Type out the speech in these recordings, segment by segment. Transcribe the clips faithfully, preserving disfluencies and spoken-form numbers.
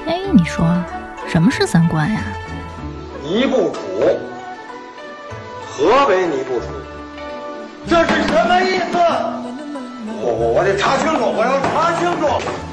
哎，你说什么是三观呀？ 尼布楚，何为尼布楚？这是什么意思？我我我得查清楚，我要查清楚。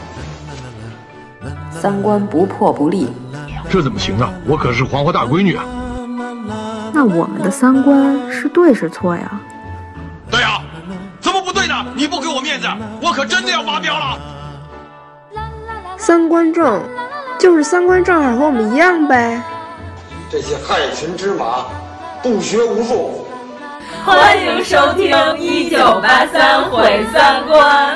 三观不破不立， 这怎么行啊？我可是黄花大闺女啊！ 那我们的三观是对是错呀？ 对呀、啊，怎么不对呢？你不给我面子，我可真的要发飙了。 三观正，就是三观正好和我们一样呗。 这些害群之马，不学无术。 欢迎收听一九八三毁三观。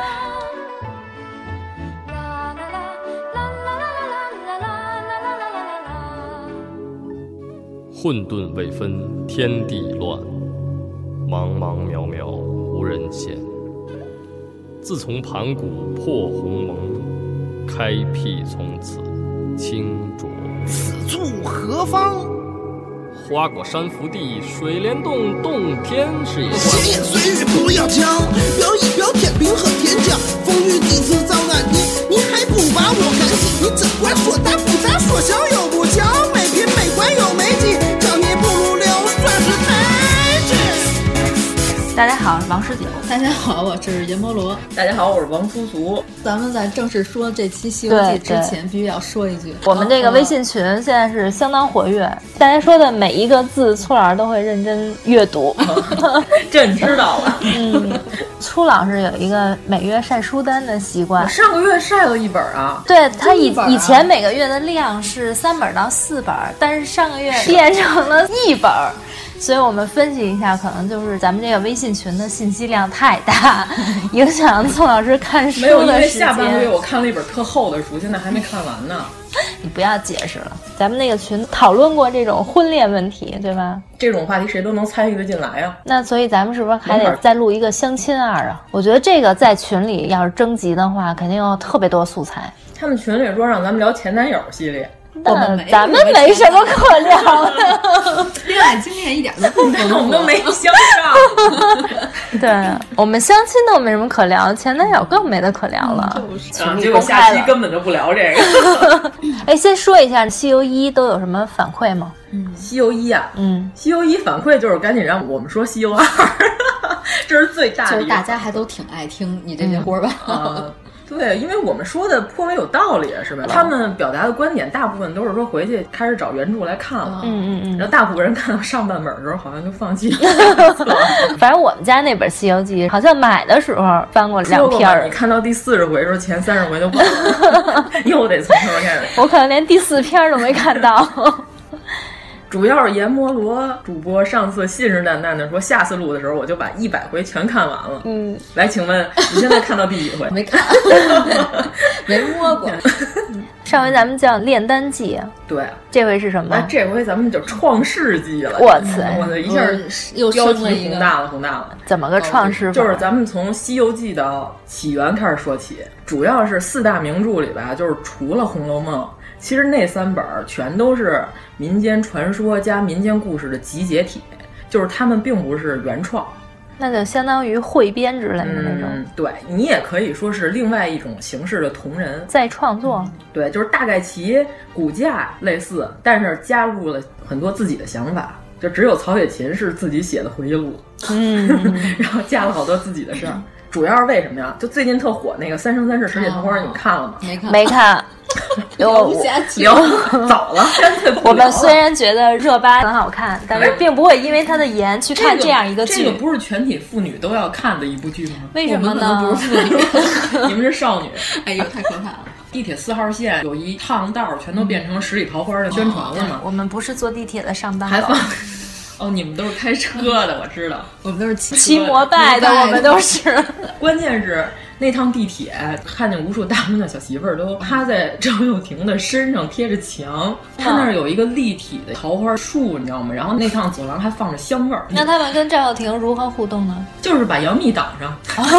混沌未分天地乱，茫茫渺渺无人见。自从盘古破鸿蒙，开辟从此清浊。 此处何方？ 花果山福地，水帘洞，洞天是一闲言碎语不要讲，表一表天兵和天将，风雨几次遭难，你你还不把我看清？你只管说大不大，说小又不小，没品没官又没劲，叫你不入流算是太君。 大家好，我是王十九。 大家好，我是阎摩罗。 大家好，我是王苏苏。 咱们在正式说这期《西游记》之前，必须要说一句， 我们这个微信群现在是相当活跃，大家说的每一个字，粗老师都会认真阅读。 这你知道了。 嗯，粗老师有一个每月晒书单的习惯。 我上个月晒了一本啊。 对，他以、啊、以前每个月的量是三本到四本，但是上个月变成了一本。所以我们分析一下，可能就是咱们这个微信群的信息量太大，影响宋老师看书的时间。 没有，因为下半个月我看了一本特厚的书，现在还没看完呢。 你不要解释了，咱们那个群讨论过这种婚恋问题，对吧？ 这种话题谁都能参与得进来呀。 那所以咱们是不是还得再录一个相亲二啊？我觉得这个在群里要是征集的话，肯定有特别多素材。 他们群里说让咱们聊前男友系列。 我们咱们没什么可聊的， 恋爱经验一点都不丰富， 我们都没相上。 对，我们相亲都没什么可聊，前男友更没得可聊了。 嗯、就是啊，结果下期根本就不聊这个。 哎，先说一下《西游一》都有什么反馈吗？ 嗯，《西游一》啊， 嗯， 《西游一》反馈就是赶紧让我们说《西游二》，这是最大的。 就是大家还都挺爱听你这些活吧？ 嗯啊对，因为我们说的颇为有道理，是吧？他们表达的观点大部分都是说回去开始找原著来看了， 嗯嗯嗯， 然后大部分人看到上半本的时候好像就放弃了。 反正我们家那本《西游记》好像买的时候翻过两篇， 你看到第四十回的时候，前三十回都忘了，又得从头开始。 我可能连第四篇都没看到。 主要是阎摩罗主播上次信誓旦旦的说，下次录的时候我就把一百回全看完了。 嗯， 来，请问你现在看到第几回？ 没看，没摸过。 上回咱们讲炼丹记， 对， 这回是什么？ 那这回咱们就创世纪了。 我操！ 我的一下又标题宏大了，宏大了。 怎么个创世法？ 就是咱们从《西游记》的起源开始说起，主要是四大名著里吧，就是除了《红楼梦》。其实那三本全都是民间传说加民间故事的集结体，就是他们并不是原创， 那就相当于汇编之类的那种。 嗯，对，你也可以说是另外一种形式的同人再创作。 嗯、对，就是大概其骨架类似，但是加入了很多自己的想法。就只有曹雪芹是自己写的回忆录， 嗯， 然后加了好多自己的事儿。主要是为什么呀？就最近特火那个《三生三世十里桃花》，你们看了吗？ 没看， 没看。 有瞎提， 有早了。 我们虽然觉得热巴很好看，但是并不会因为她的颜去看这样一个剧。 这个不是全体妇女都要看的一部剧吗？ 为什么呢？ 不是妇女， 你们是少女。 哎呦，太可怕了！ 地铁四号线有一趟道全都变成十里桃花的宣传了嘛、 哦？我们不是坐地铁的上班， 还放。哦，你们都是开车的，我知道， 我们都是骑骑摩拜的，我们都是。 关键是那趟地铁，看见无数大龄的小媳妇儿都趴在赵又廷的身上贴着墙，他那儿有一个立体的桃花树，你知道吗？然后那趟走廊还放着香味儿。 那他们跟赵又廷如何互动呢？ 就是把杨幂挡上。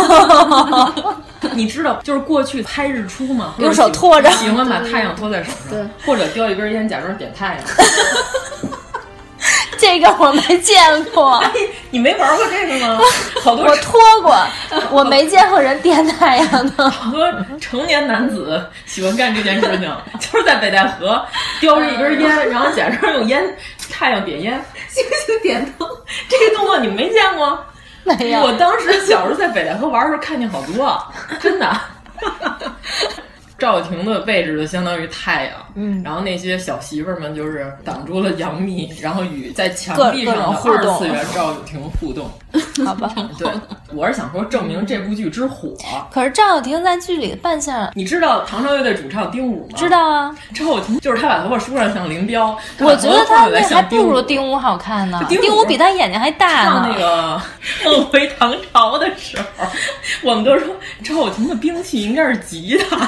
你知道，就是过去拍日出嘛， 用手托着， 喜欢把太阳托在手上， 对， 或者叼一根烟假装点太阳。 这这个我没见过。 哎，你没玩过这个吗？好多我脱过，我没见过人点太阳能。 好多成年男子喜欢干这件事情，就是在北戴河叼着一根烟，然后假装用烟太阳点烟， 星星点灯。 这个动作你们没见过？ 没有。 我当时小时候在北戴河玩的时候看见好多，真的。赵又廷的位置就相当于太阳， 嗯， 然后那些小媳妇儿们就是挡住了杨幂，然后与在墙壁上的二次元赵又廷互动。 好吧， 对，我是想说证明这部剧之火。 可是赵又廷在剧里扮相， 你知道唐朝乐队主唱丁武吗？ 知道啊。 赵又廷就是他把头发梳上像林彪， 我觉得他那还不如丁武好看呢。丁武比他眼睛还大呢。 唱那个梦回唐朝的时候，我们都说赵又廷的兵器应该是吉他。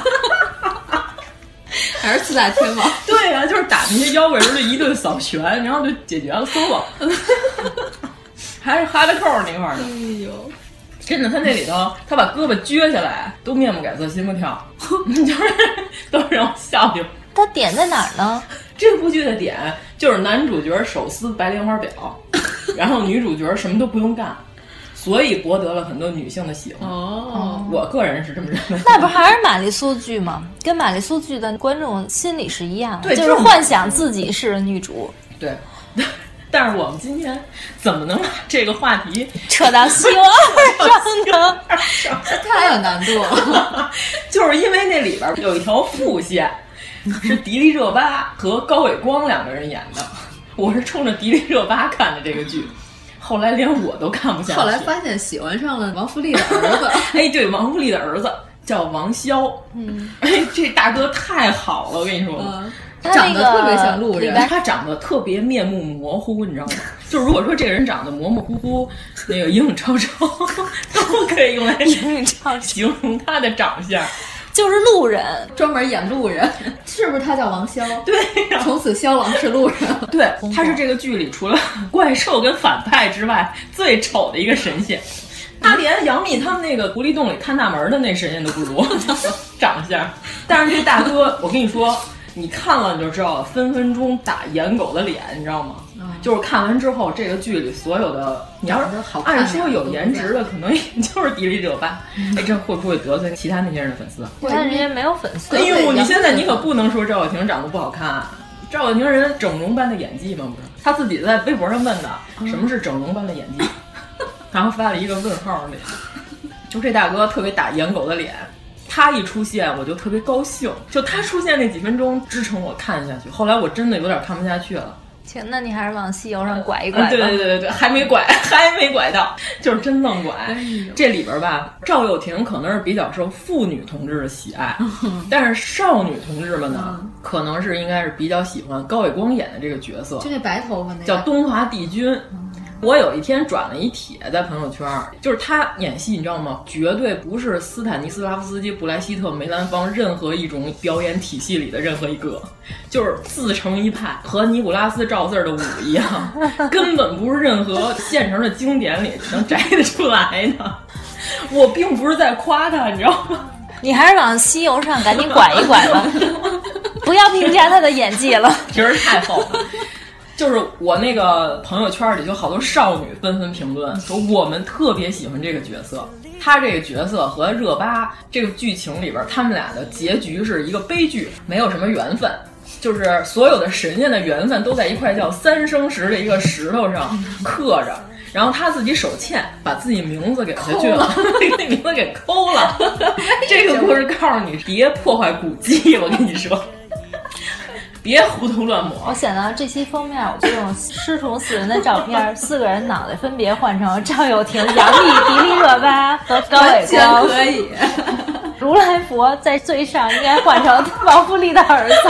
还是四大天王？ 对呀、啊，就是打那些妖怪时候就一顿扫旋，然后就解决了 solo。还是哈德扣那块儿的。 哎呦， 真的，他那里头，他把胳膊撅下来，都面不改色心不跳，就是都让我笑掉。 他点在哪儿呢？ 这部剧的点就是男主角手撕白莲花表，然后女主角什么都不用干。所以博得了很多女性的喜欢哦， 我个人是这么认为。 那不还是玛丽苏剧吗？跟玛丽苏剧的观众心理是一样的， 对， 就是幻想自己是女主。 对，但是我们今天怎么能把这个话题扯到西游二上呢？ 这太有难度了。 就是因为那里边有一条副线，是迪丽热巴和高伟光两个人演的，我是冲着迪丽热巴看的这个剧。后来连我都看不下去。 后来发现喜欢上了王富丽的儿子。 哎，对，王富丽的儿子叫王骁。嗯，哎，这大哥太好了，我跟你说。 嗯，长得特别像路人， 他长得特别面目模糊，你知道吗？就是如果说这个人长得模模糊糊，那个影影绰绰，都可以用来影影绰形容他的长相。 就是路人， 专门演路人，是不是他叫王骁？ 对、啊， 从此骁郎是路人。 对，他是这个剧里除了怪兽跟反派之外最丑的一个神仙。他连杨幂他们那个狐狸洞里看大门的那神仙都不如长相。但是这大哥，我跟你说，你看了你就知道了，分分钟打颜狗的脸，你知道吗？嗯、就是看完之后，这个剧里所有的，你要是按说有颜值的，可能也就是迪丽热巴。嗯、哎，这会不会得罪其他那些人的粉丝？ 但人家没有粉丝。 哎呦，你现在你可不能说赵又廷长得不好看、啊。赵又廷人整容般的演技吗？不是，他自己在微博上问的，嗯、什么是整容般的演技？然后发了一个问号脸。就这大哥特别打颜狗的脸。他一出现我就特别高兴，就他出现那几分钟支撑我看下去，后来我真的有点看不下去了。 行，那你还是往西游上拐一拐吧。 对对对对对，还没拐，还没拐到，就是真愣拐。哎、这里边吧，赵又廷可能是比较受妇女同志的喜爱，嗯、但是少女同志们呢，嗯、可能是应该是比较喜欢高伟光演的这个角色， 就那白头发那个叫东华帝君。嗯我有一天转了一帖在朋友圈，就是他演戏，你知道吗？绝对不是斯坦尼斯拉夫斯基、布莱希特、梅兰芳任何一种表演体系里的任何一个，就是自成一派，和尼古拉斯赵四的舞一样，根本不是任何现成的经典里能摘得出来的。我并不是在夸他，你知道吗？ 你还是往西游上赶紧拐一拐吧，不要评价他的演技了， 皮儿太厚了。就是我那个朋友圈里就好多少女纷纷评论说我们特别喜欢这个角色，他这个角色和热巴这个剧情里边他们俩的结局是一个悲剧，没有什么缘分，就是所有的神仙的缘分都在一块叫三生石的一个石头上刻着，然后他自己手欠把自己名字给下去了，那名字给抠了。这个故事告诉你别破坏古迹，我跟你说别胡涂乱抹。 我想到这期封面，我就用师徒四人的照片，四个人脑袋分别换成赵又廷、杨幂、迪丽热巴和高伟光， 可以。 如来佛在最上应该换成王富丽的儿子。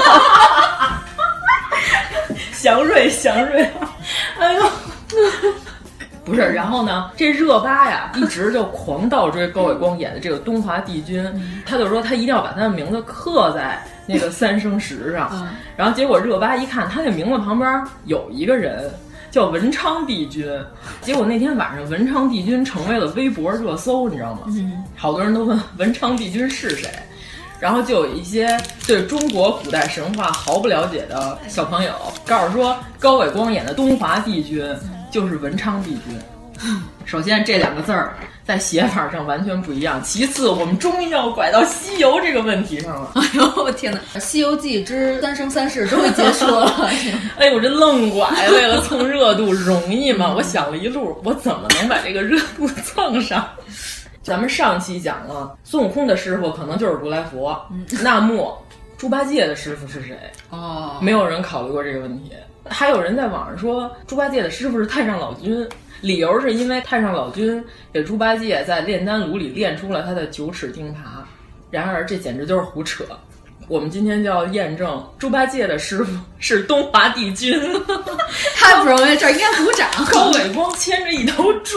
祥瑞，祥瑞，哎呦。不是，然后呢？这热巴呀，一直就狂倒追高伟光演的这个东华帝君，嗯、他就说他一定要把他的名字刻在那个三生石上。嗯、然后结果热巴一看，他那名字旁边有一个人叫文昌帝君，结果那天晚上文昌帝君成为了微博热搜，你知道吗？嗯、好多人都问文昌帝君是谁。 然后就有一些对中国古代神话毫不了解的小朋友告诉说，高伟光演的东华帝君就是文昌帝君。首先这两个字儿在写法上完全不一样，其次我们终于要拐到西游这个问题上了。 哎呦我天哪，西游记之三生三世终于结束了。 哎，我这愣拐为了蹭热度容易吗？我想了一路，我怎么能把这个热度蹭上？咱们上期讲了孙悟空的师傅可能就是如来佛，嗯、那么猪八戒的师傅是谁？ 哦， 没有人考虑过这个问题。还有人在网上说猪八戒的师傅是太上老君，理由是因为太上老君给猪八戒在炼丹炉里炼出了他的九齿钉耙。然而这简直就是胡扯。我们今天就要验证猪八戒的师傅是东华帝君。 太不容易，这应该鼓掌。 高伟光牵着一头猪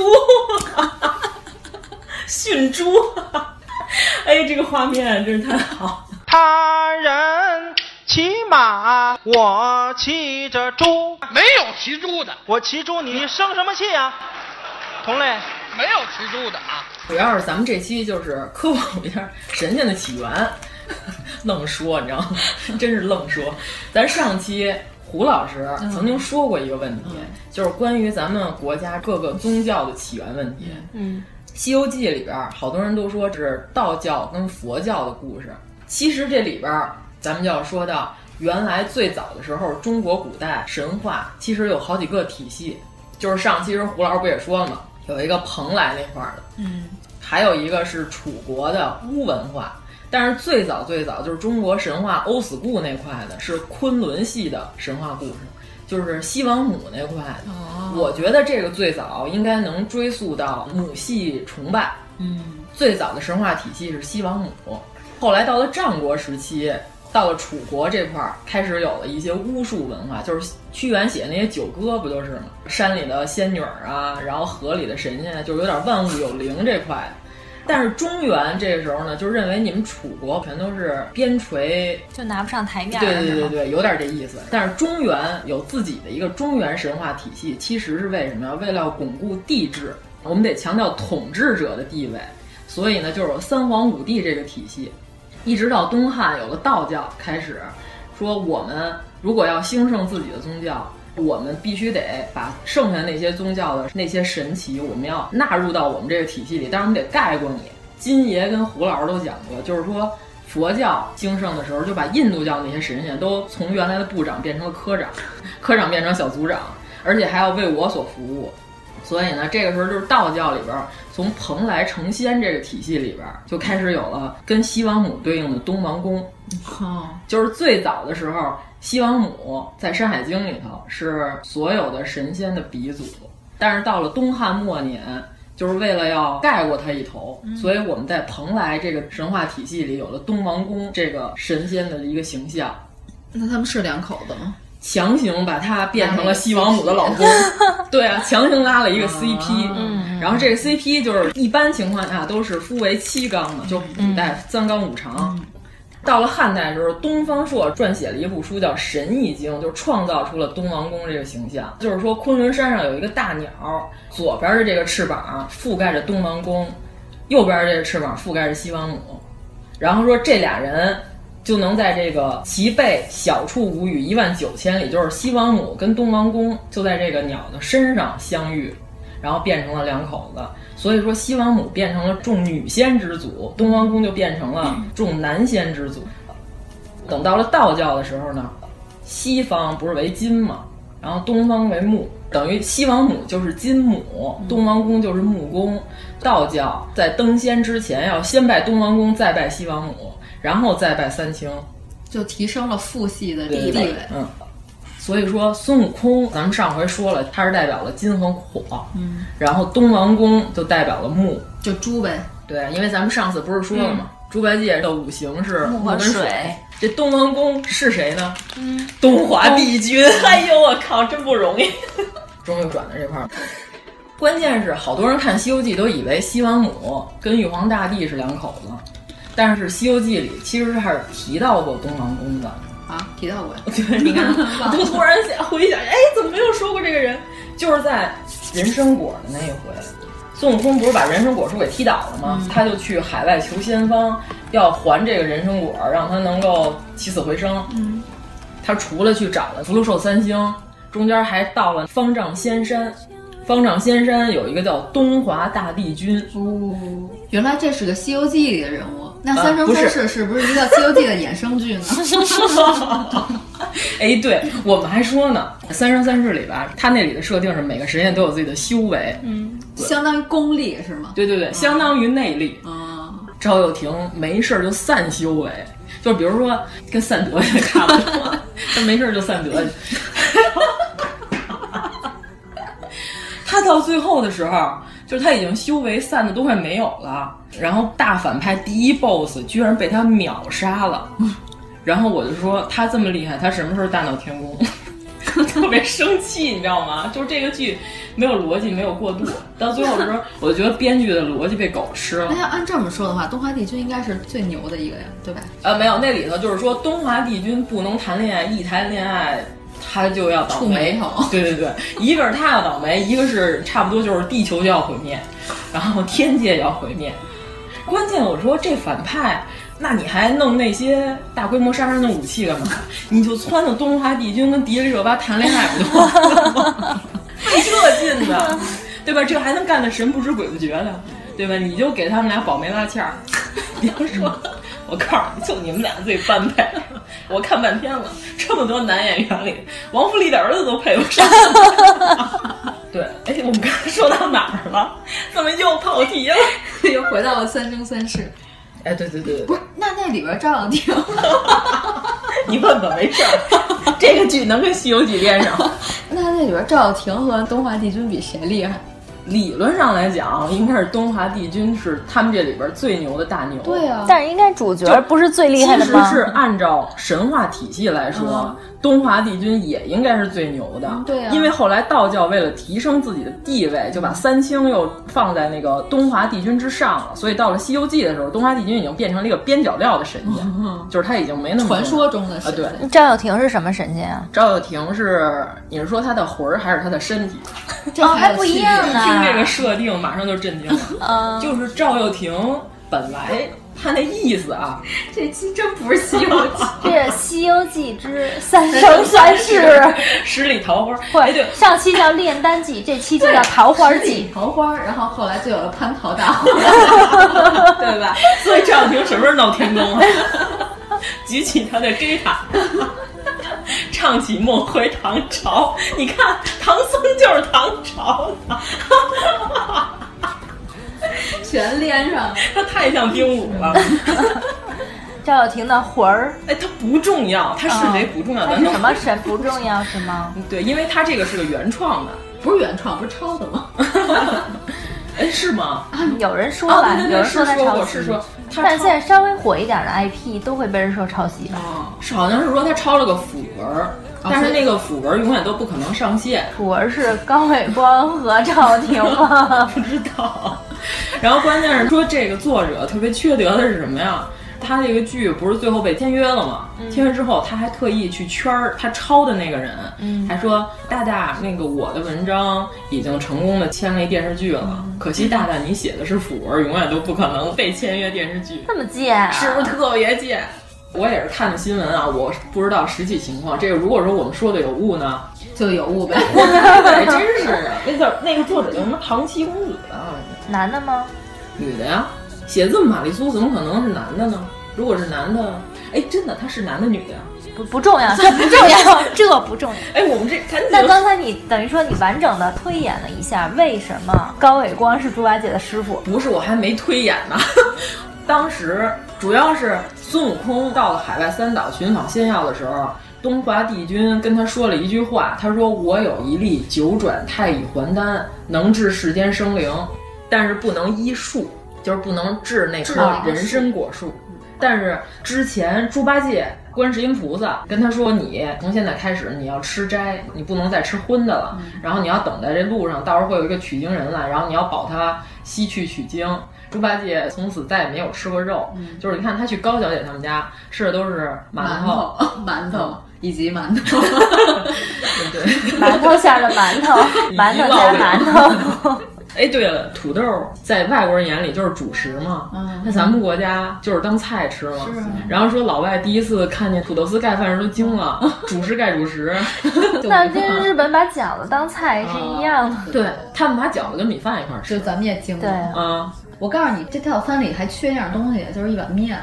驯猪。哎，这个画面真是太好。 他人骑马，我骑着猪。 没有骑猪的， 我骑猪，你生什么气啊？同类， 没有骑猪的啊。 主要是咱们这期就是科普一下神仙的起源，愣说你知道吗？真是愣说。咱上期胡老师曾经说过一个问题，嗯、就是关于咱们国家各个宗教的起源问题。 嗯， 《西游记》里边好多人都说是道教跟佛教的故事，其实这里边咱们就要说到，原来最早的时候，中国古代神话其实有好几个体系，就是上期时胡老师不也说了吗？有一个蓬莱那块的， 嗯， 还有一个是楚国的巫文化。但是最早最早就是中国神话欧死固那块的，是昆仑系的神话故事，就是西王母那块的。 哦， 我觉得这个最早应该能追溯到母系崇拜。 嗯， 最早的神话体系是西王母，后来到了战国时期，到了楚国这块儿，开始有了一些巫术文化，就是屈原写那些九歌不就是吗？山里的仙女儿啊，然后河里的神仙，就是有点万物有灵这块。但是中原这个时候呢，就认为你们楚国全都是边陲， 就拿不上台面。 对对对对，有点这意思。但是中原有自己的一个中原神话体系，其实是为什么呀？为了要巩固帝制，我们得强调统治者的地位，所以呢，就是有三皇五帝这个体系。一直到东汉有了道教，开始说我们如果要兴盛自己的宗教，我们必须得把剩下那些宗教的那些神奇，我们要纳入到我们这个体系里，但是我们得盖过你。金爷跟胡老师都讲过，就是说佛教兴盛的时候，就把印度教那些神仙都从原来的部长变成了科长，科长变成小组长，而且还要为我所服务。所以呢，这个时候就是道教里边，从蓬莱成仙这个体系里边，就开始有了跟西王母对应的东王公。 哦， 就是最早的时候，西王母在《山海经》里头是所有的神仙的鼻祖，但是到了东汉末年，就是为了要盖过他一头，嗯、所以我们在蓬莱这个神话体系里有了东王公这个神仙的一个形象。 那他们是两口子吗？ 强行把他变成了西王母的老公，对啊，强行拉了一个 C P，、嗯、然后这个 C P 就是一般情况下都是夫为妻纲的，就古代三纲五常。嗯、到了汉代的时候，东方朔撰写了一部书叫《神异经》，就创造出了东王公这个形象。就是说，昆仑山上有一个大鸟，左边的这个翅膀覆盖着东王公，右边这个翅膀覆盖着西王母，然后说这俩人就能在这个其背小处无语一万九千里，就是西王母跟东王公就在这个鸟的身上相遇，然后变成了两口子。所以说西王母变成了众女仙之祖，东王公就变成了众男仙之祖。等到了道教的时候呢，西方不是为金嘛，然后东方为木，等于西王母就是金母，东王公就是木公。道教在登仙之前要先拜东王公，再拜西王母，然后再拜三清， 就提升了父系的地位。 嗯，所以说孙悟空，咱们上回说了，他是代表了金和火，嗯，然后东王公就代表了木， 就猪呗。 对，因为咱们上次不是说了吗？嗯、猪八戒的五行是木和水， 这东王公是谁呢？嗯，东华帝君。哎呦，我靠，真不容易，终于转到这块儿。关键是好多人看《西游记》都以为西王母跟玉皇大帝是两口子。但是《西游记》里其实还是提到过东王公的啊，提到过。 对，你看，我就突然想回想，哎，怎么没有说过这个人？就是在人参果的那一回， 孙悟空不是把人参果树给踢倒了吗？嗯、他就去海外求仙方，要还这个人参果，让他能够起死回生。嗯，他除了去找了福禄寿三星，中间还到了方丈仙山。方丈仙山有一个叫东华大帝君。 哦，原来这是个《西游记》里的人物。那《三生三世》是不是一个《西游记》的衍生剧呢？ 哎，对，我们还说呢，《三生三世》里吧，他那里的设定是每个神仙都有自己的修为， 嗯，相当于功力是吗？ 对对对，相当于内力。啊、嗯，赵又廷没事就散修为，就比如说跟散德也差不多，他没事就散德去。他到最后的时候，就是他已经修为散的都快没有了，然后大反派第一 boss 居然被他秒杀了，然后我就说他这么厉害，他什么时候大闹天宫？特别生气，你知道吗？就是这个剧没有逻辑，没有过渡，到最后的时候，我就觉得编剧的逻辑被狗吃了。 那要按这么说的话，东华帝君应该是最牛的一个呀，对吧？ 呃，没有，那里头就是说东华帝君不能谈恋爱，一谈恋爱。他就要倒霉， 霉头对对对，一个是他要倒霉，一个是差不多就是地球就要毁灭，然后天界要毁灭。关键我说这反派，那你还弄那些大规模杀人的武器干嘛？你就撺掇东华帝君跟迪丽热巴谈恋爱不就完了吗？费这劲的，对吧？这还能干得神不知鬼不觉的，对吧？你就给他们俩保媒拉纤儿，比方说。我告诉你，就你们俩最般配。我看半天了，这么多男演员里，王福利的儿子都配不上。对，哎，我们刚才说到哪儿了？怎么又跑题了？ 又回到了三生三世。 哎，对对对对， 不是，那那里边赵又廷， 你问问没事儿，这个剧能跟《西游记》连上。 那那里边赵又廷和东华帝君比谁厉害？ 理论上来讲，应该是东华帝君是他们这里边最牛的大牛。 对啊， 但是应该主角不是最厉害的吗？ 其实是按照神话体系来说，嗯、东华帝君也应该是最牛的。 嗯、对啊， 因为后来道教为了提升自己的地位，就把三清又放在那个东华帝君之上了。所以到了《西游记》的时候，东华帝君已经变成了一个边角料的神仙，嗯、就是他已经没那么传说中的神仙。 啊，对。 赵又廷是什么神仙啊？ 赵又廷是你是说他的魂儿还是他的身体？ 这还不一样呢。 听这个设定。马上就震惊了，嗯、就是赵又廷本来他那意思啊， 这期真不是《西游记》， 这是《西游记之三生三世》 十里桃花。 哎，对，上期叫炼丹记，这期就叫桃花记。 桃花，然后后来就有了蟠桃大会， 对吧？所以赵又廷什么时候闹天宫啊？举起他的吉他。唱起梦回唐朝，你看唐僧就是唐朝的， 全连上了， 他太像丁武了。 赵又廷的魂儿， 哎，他不重要，他是谁不重要， 他、哦、是什么神不重要是吗？ 对，因为他这个是个原创的， 不是原创，不是抄的吗？ 哎，是吗？ 啊，有人说了， 啊、 有人说他抄袭， 是说他但现在稍微火一点的 I P 都会被人说抄袭吧？ 哦，是好像是说他抄了个辅文，哦、但是那个辅文永远都不可能上线。 辅文是高伟光和赵又廷吗？ 不知道。然后关键是说这个作者特别缺德的是什么呀？他这个剧不是最后被签约了吗？嗯、签约之后，他还特意去圈儿他抄的那个人，嗯、还说大大那个我的文章已经成功的签了一电视剧了，嗯、可惜大大你写的是辅文，永远都不可能被签约电视剧。 这么贱、啊， 是不是特别贱？我也是看的新闻啊，我不知道实际情况。这个如果说我们说的有误呢， 就有误呗。 对，真是那个那个作者叫什么唐七公子啊？ 男的吗？ 女的呀。写字玛丽苏怎么可能是男的呢？如果是男的，哎，真的他是男的女的呀？ 不不重要，这不重要，这不重要。 哎，我们这那刚才你等于说你完整的推演了一下，为什么高伟光是猪八戒的师傅？ 不是，我还没推演呢。当时主要是孙悟空到了海外三岛寻访仙药的时候，东华帝君跟他说了一句话，他说：“我有一粒九转太乙还丹，能治世间生灵，但是不能医术。”就是不能治那棵人参果树，但是之前猪八戒、观世音菩萨跟他说，你从现在开始你要吃斋，你不能再吃荤的了，嗯、然后你要等在这路上，到时候会有一个取经人来，然后你要保他西去取经。猪八戒从此再也没有吃过肉，嗯、就是你看他去高小姐他们家吃的都是馒头、 馒头、嗯、以及馒头， 对对， 馒头馅的馒头，馒头加馒头。 哎，对了，土豆在外国人眼里就是主食嘛，嗯，在咱们国家就是当菜吃嘛。是、啊。然后说老外第一次看见土豆丝盖饭时都惊了，主食盖主食。 那跟日本把饺子当菜是一样的。 啊、对他们把饺子跟米饭一块吃， 就咱们也惊了。 对啊。嗯我告诉你，这套餐里还缺一样东西，就是一碗面。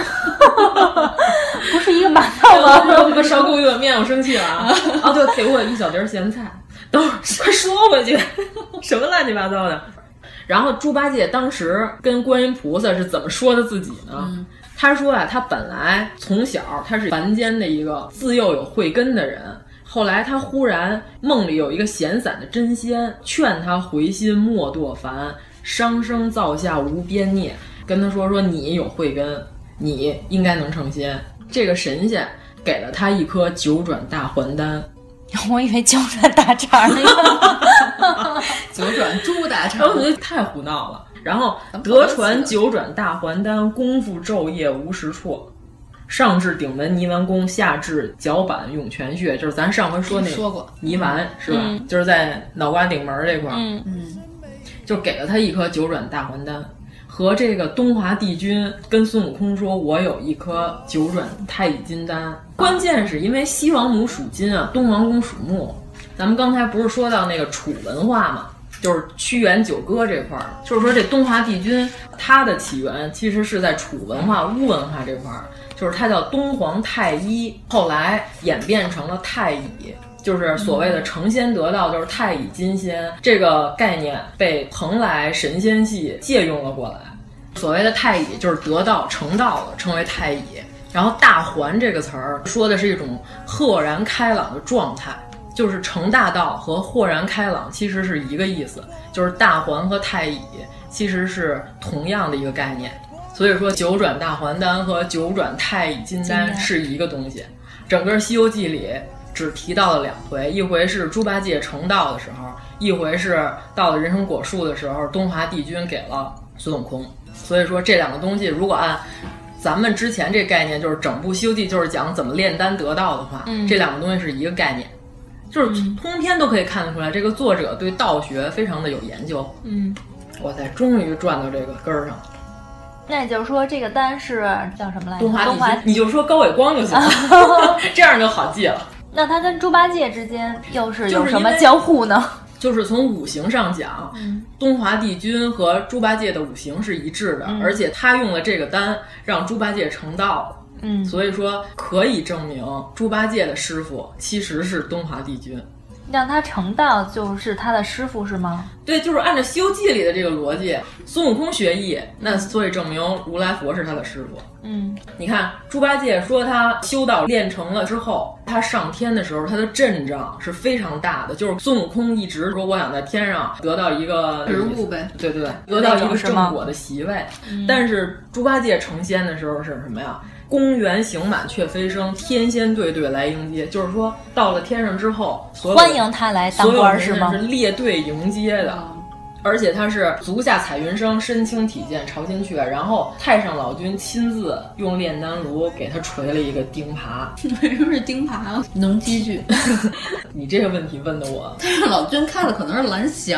不是一个馒头吗？ 我烧够一碗面，我生气了啊！啊，对，给我一小碟咸菜。等会儿快说回去，什么乱七八糟的。然后猪八戒当时跟观音菩萨是怎么说的自己呢？嗯、他说啊，他本来从小他是凡间的一个自幼有慧根的人。后来他忽然梦里有一个闲散的真仙，劝他回心莫堕凡。伤生造下无边孽，跟他说说你有慧根，你应该能成仙。这个神仙给了他一颗九转大还丹， 我以为九转大肠呢， 九转猪大肠， 我觉得太胡闹了。然后得传九转大还丹，功夫昼夜无时辍。上至顶门泥丸宫，下至脚板涌泉穴，就是咱上回说那说过泥丸、嗯、是吧、嗯？就是在脑瓜顶门这块儿。 嗯嗯。 就给了他一颗九转大还丹，和这个东华帝君跟孙悟空说：“我有一颗九转太乙金丹。”关键是因为西王母属金啊，东王公属木。咱们刚才不是说到那个楚文化嘛，就是屈原九歌这块儿，就是说这东华帝君他的起源其实是在楚文化、巫文化这块儿，就是他叫东皇太一，后来演变成了太乙。就是所谓的成仙得道，就是太乙金仙这个概念被蓬莱神仙系借用了过来。所谓的太乙就是得道成道了，称为太乙。然后大还这个词儿说的是一种豁然开朗的状态，就是成大道和豁然开朗其实是一个意思，就是大还和太乙其实是同样的一个概念。所以说九转大还丹和九转太乙金丹是一个东西。整个《西游记》里只提到了两回，一回是猪八戒成道的时候，一回是到了人参果树的时候，东华帝君给了孙悟空。所以说这两个东西如果按咱们之前这概念，就是整部《西游记》就是讲怎么炼丹得道的话、嗯、这两个东西是一个概念，就是通篇都可以看得出来这个作者对道学非常的有研究。 嗯， 我才终于转到这个根儿上。 那也就是说这个丹是叫什么来着？ 东华帝君，你就说高伟光就行了这样就好记了。 那他跟猪八戒之间又是有什么交互呢？ 就是从五行上讲、嗯、东华帝君和猪八戒的五行是一致的、嗯、而且他用了这个丹让猪八戒成道了。 嗯， 所以说可以证明猪八戒的师傅其实是东华帝君， 让他成道就是他的师傅是吗？ 对，就是按照《西游记》里的这个逻辑，孙悟空学艺，那所以证明如来佛是他的师傅。 嗯， 你看猪八戒说他修道练成了之后，他上天的时候他的阵仗是非常大的，就是孙悟空一直说我想在天上得到一个职务呗， 对对对，得到一个正果的席位、嗯、但是猪八戒成仙的时候是什么呀？公园行满却飞升，天仙队队来迎接，就是说到了天上之后，所有欢迎他来当官是吗？ 是列队迎接的、嗯，而且他是足下彩云生，身轻体健，朝金阙，然后太上老君亲自用炼丹炉给他锤了一个钉耙。 为什么是钉耙？农机具。 你这个问题问的我。 太上老君开的可能是蓝翔。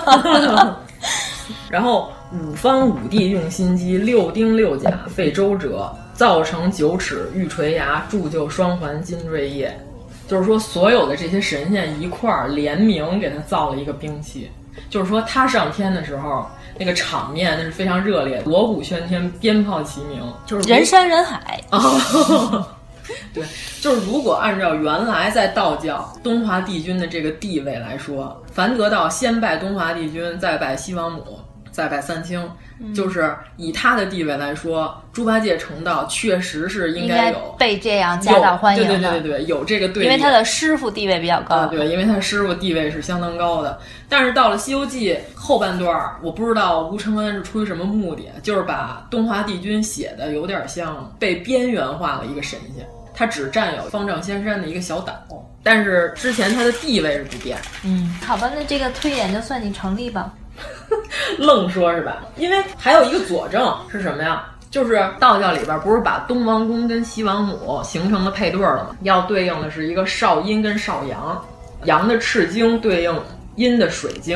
然后五方五帝用心机，六丁六甲费周折，造成九齿玉垂牙，铸就双环金锐叶。就是说所有的这些神仙一块儿联名给他造了一个兵器，就是说他上天的时候那个场面那是非常热烈，锣鼓喧天，鞭炮齐鸣，就是人山人海啊。 对，就是如果按照原来在道教东华帝君的这个地位来说，凡得道先拜东华帝君，再拜西王母，再拜三清、嗯、就是以他的地位来说，猪八戒成道确实是应该有应该被这样夹道欢迎的， 对对对对对，有这个对立， 因为他的师傅地位比较高、 呃、对，因为他师傅地位是相当高的。但是到了《西游记》后半段，我不知道吴承恩是出于什么目的，就是把东华帝君写的有点像被边缘化了一个神仙，他只占有方丈仙山的一个小岛，但是之前他的地位是不变。 嗯，好吧，那这个推演就算你成立吧。 愣说是吧？因为还有一个佐证是什么呀？就是道教里边不是把东王公跟西王母形成了配对了吗？要对应的是一个少阴跟少阳，阳的赤精对应阴的水晶，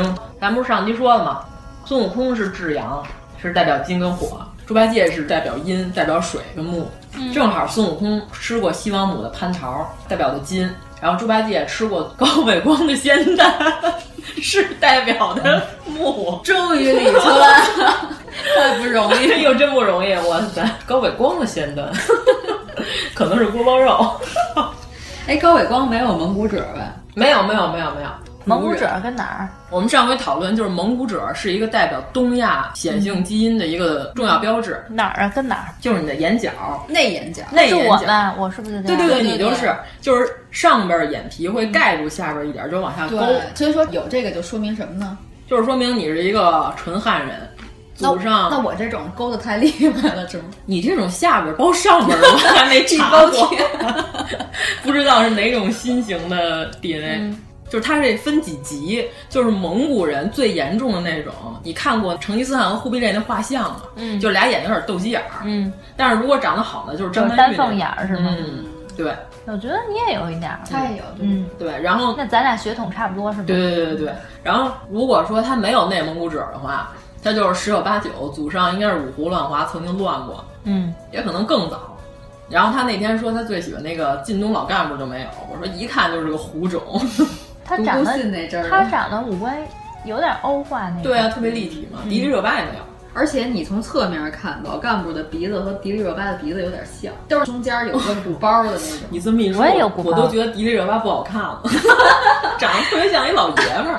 咱不是上集说了吗？孙悟空是至阳，是代表金跟火；猪八戒是代表阴，代表水跟木。嗯、正好孙悟空吃过西王母的蟠桃，代表的金；然后猪八戒吃过高伟光的仙丹，是代表的木。 终于理出来了，太不容易， 又真不容易！哇塞，高伟光的仙丹，可能是锅包肉。 哎，高伟光没有蒙古褶呗？ 没有，没有，没有，没有。 蒙古褶跟哪儿？ 我们上回讨论就是蒙古褶是一个代表东亚显性基因的一个重要标志。 哪儿啊？跟哪儿？ 就是你的眼角， 内眼角。 那是我吧？我是不是这样？ 对对对，你就是，就是上边眼皮会盖住下边一点，就往下勾。 所以说有这个就说明什么呢？ 就是说明你是一个纯汉人。祖上那我这种勾的太厉害了，是吗？ 你这种下边包上边的我还没查过，不知道是哪种新型的 D N A。嗯，就是它这分几级，就是蒙古人最严重的那种。你看过成吉思汗和忽必烈那画像吗？嗯，就俩眼睛有点斗鸡眼儿。嗯，但是如果长得好呢，就是张丹玉丹凤眼儿是吗？ 嗯，对。 我觉得你也有一点， 他也有， 嗯，对。然后那咱俩血统差不多是吧？ 对对对对对。然后如果说他没有内蒙古褶的话，他就是十有八九祖上应该是五胡乱华，曾经乱过， 嗯， 也可能更早。然后他那天说他最喜欢那个晋东老干部就没有，我说一看就是个胡种。 他长得他长得五官有点欧化那个， 对啊，特别立体嘛。迪丽热巴也没有， 而且你从侧面看，老干部的鼻子和迪丽热巴的鼻子有点像，都是中间有个鼓包的那种。 你这么一说， 我也有鼓包， 我都觉得迪丽热巴不好看了，长得特别像一老爷们儿。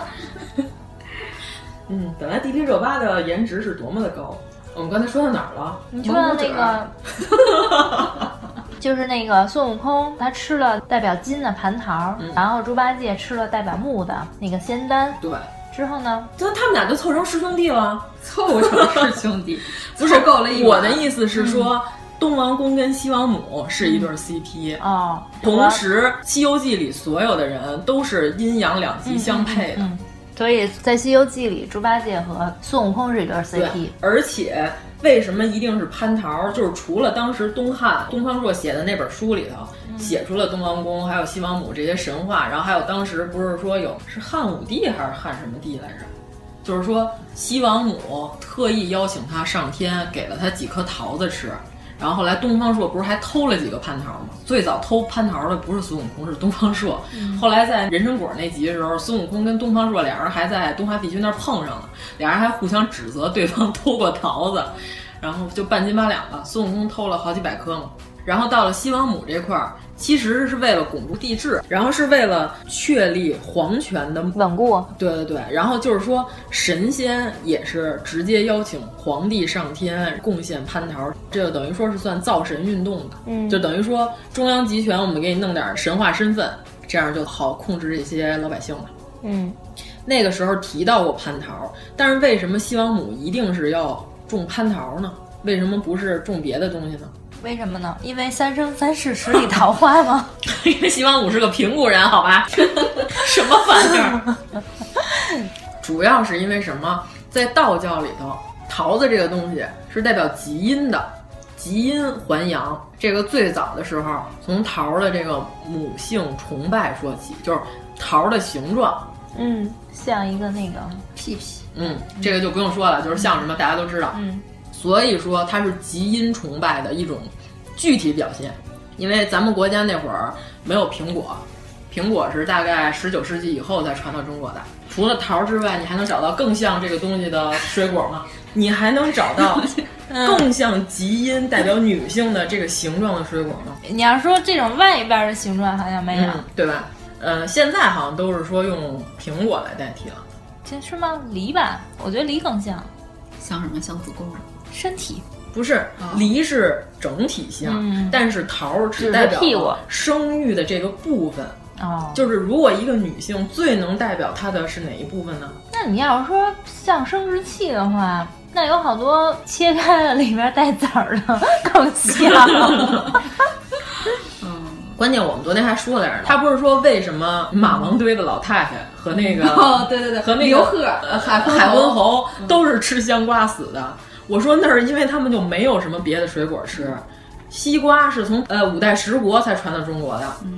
嗯，本来迪丽热巴的颜值是多么的高。我们刚才说到哪儿了？ 你说到那个，就是那个孙悟空，他吃了代表金的蟠桃，嗯、然后猪八戒吃了代表木的那个仙丹。 对。 之后呢？ 那他们俩就凑成师兄弟了。 凑成师兄弟， 不是够了一。我的意思是说。嗯，东王公跟西王母是一对 C P 哦， 同时《西游记》里所有的人都是阴阳两极相配的。 嗯嗯嗯，所以在《西游记》里，猪八戒和孙悟空是一对 C P。 而且为什么一定是蟠桃？就是除了当时东汉东方朔写的那本书里头、嗯、写出了东王公还有西王母这些神话，然后还有当时不是说有是汉武帝还是汉什么帝来着？就是说西王母特意邀请他上天，给了他几颗桃子吃。然后后来东方朔不是还偷了几个蟠桃吗？最早偷蟠桃的不是孙悟空，是东方朔。嗯、后来在人参果那集的时候，孙悟空跟东方朔俩人还在东华地区那儿碰上了，俩人还互相指责对方偷过桃子，然后就半斤八两了。孙悟空偷了好几百颗嘛。然后到了西王母这块儿，其实是为了巩固帝制，然后是为了确立皇权的稳固。 对对对，然后就是说神仙也是直接邀请皇帝上天贡献蟠桃，这就等于说是算造神运动的。嗯，就等于说中央集权，我们给你弄点神话身份，这样就好控制这些老百姓了。 嗯， 那个时候提到过蟠桃，但是为什么西王母一定是要种蟠桃呢？为什么不是种别的东西呢？ 为什么呢？因为三生三世十里桃花吗？ 因为西王母是个平谷人，好吧？什么玩意儿？主要是因为什么？在道教里头，桃子这个东西是代表极阴的，极阴还阳。这个最早的时候，从桃的这个母性崇拜说起，就是桃的形状， 嗯，像一个那个屁屁， 嗯，这个就不用说了，就是像什么大家都知道， 嗯。 所以说它是极阴崇拜的一种具体表现，因为咱们国家那会儿没有苹果，苹果是大概十九世纪以后才传到中国的。除了桃之外，你还能找到更像这个东西的水果吗？你还能找到更像极阴代表女性的这个形状的水果吗？ 你要说这种外边的形状好像没有， 嗯、对吧？呃，现在好像都是说用苹果来代替了。 这是吗？梨吧，我觉得梨更像。 像什么？像子宫？ 身体不是，梨是整体像， 嗯、 但是桃只代表生育的这个部分。 哦， 就是如果一个女性最能代表她的是哪一部分呢？ 那你要是说像生殖器的话，那有好多切开了里面带籽儿的更像。 嗯，关键我们昨天还说来着呢，他不是说为什么马王堆的老太太和那个哦，对对对， 和那个刘贺、海海昏侯都是吃香瓜死的。我说那是因为他们就没有什么别的水果吃，西瓜是从呃五代十国才传到中国的， 嗯，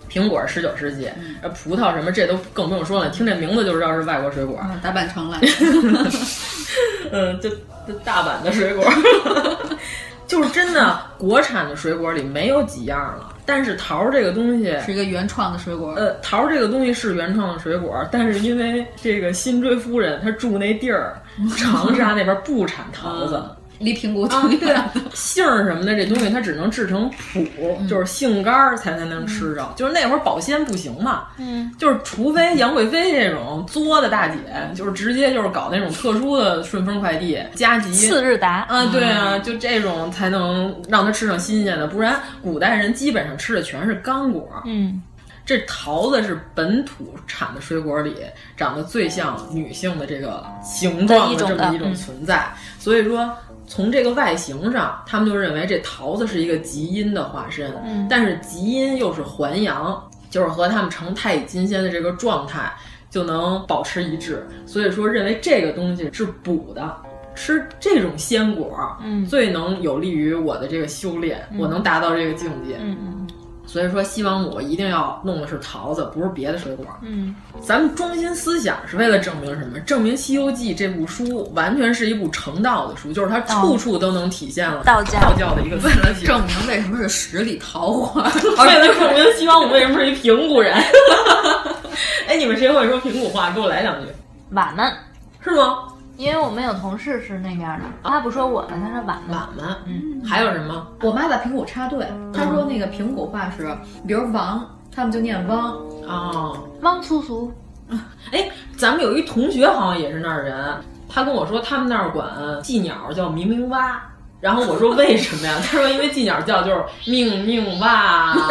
苹果十九世纪，嗯、葡萄什么这都更不用说了，听这名字就知道是外国水果。 嗯、大阪城来， 嗯，就就大阪的水果，就是真的国产的水果里没有几样了。但是桃这个东西是一个原创的水果， 呃，桃这个东西是原创的水果，但是因为这个辛追夫人她住那地儿，长沙那边不产桃子。嗯离苹果挺远的、 啊，杏儿什么的这东西它只能制成脯，嗯、就是杏干才才能吃着。嗯、就是那会儿保鲜不行嘛，嗯，就是除非杨贵妃这种作的大姐，就是直接就是搞那种特殊的顺丰快递加急次日达啊，对啊，嗯、就这种才能让她吃上新鲜的，不然古代人基本上吃的全是干果， 嗯。 这桃子是本土产的水果里长得最像女性的这个形状的这么一种存在，嗯、所以说从这个外形上，他们就认为这桃子是一个极阴的化身，嗯、但是极阴又是还阳，就是和他们成太乙金仙的这个状态就能保持一致，所以说认为这个东西是补的。吃这种鲜果，嗯，最能有利于我的这个修炼，嗯、我能达到这个境界， 嗯嗯。 所以说西王母一定要弄的是桃子，不是别的水果。 嗯， 咱们中心思想是为了证明什么？证明《西游记》这部书完全是一部成道的书，就是它处处都能体现了道教道教的一个为了证明为什么是十里桃花， 为了证明西王母为什么是一平谷人。哎，你们谁会说平谷话？给我来两句。 俺们是吗？ 因为我们有同事是那边的，他不说我们，他说俺们。 俺们，嗯，还有什么？ 我妈把苹果插对，她说那个平谷话是，比如王，他们就念汪哦， 汪粗俗。 哎，咱们有一同学好像也是那儿人，他跟我说他们那儿管寄鸟叫明明蛙，然后我说为什么呀？他说因为寄鸟叫就是命命蛙。后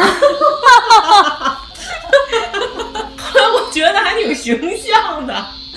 来我觉得还挺形象的。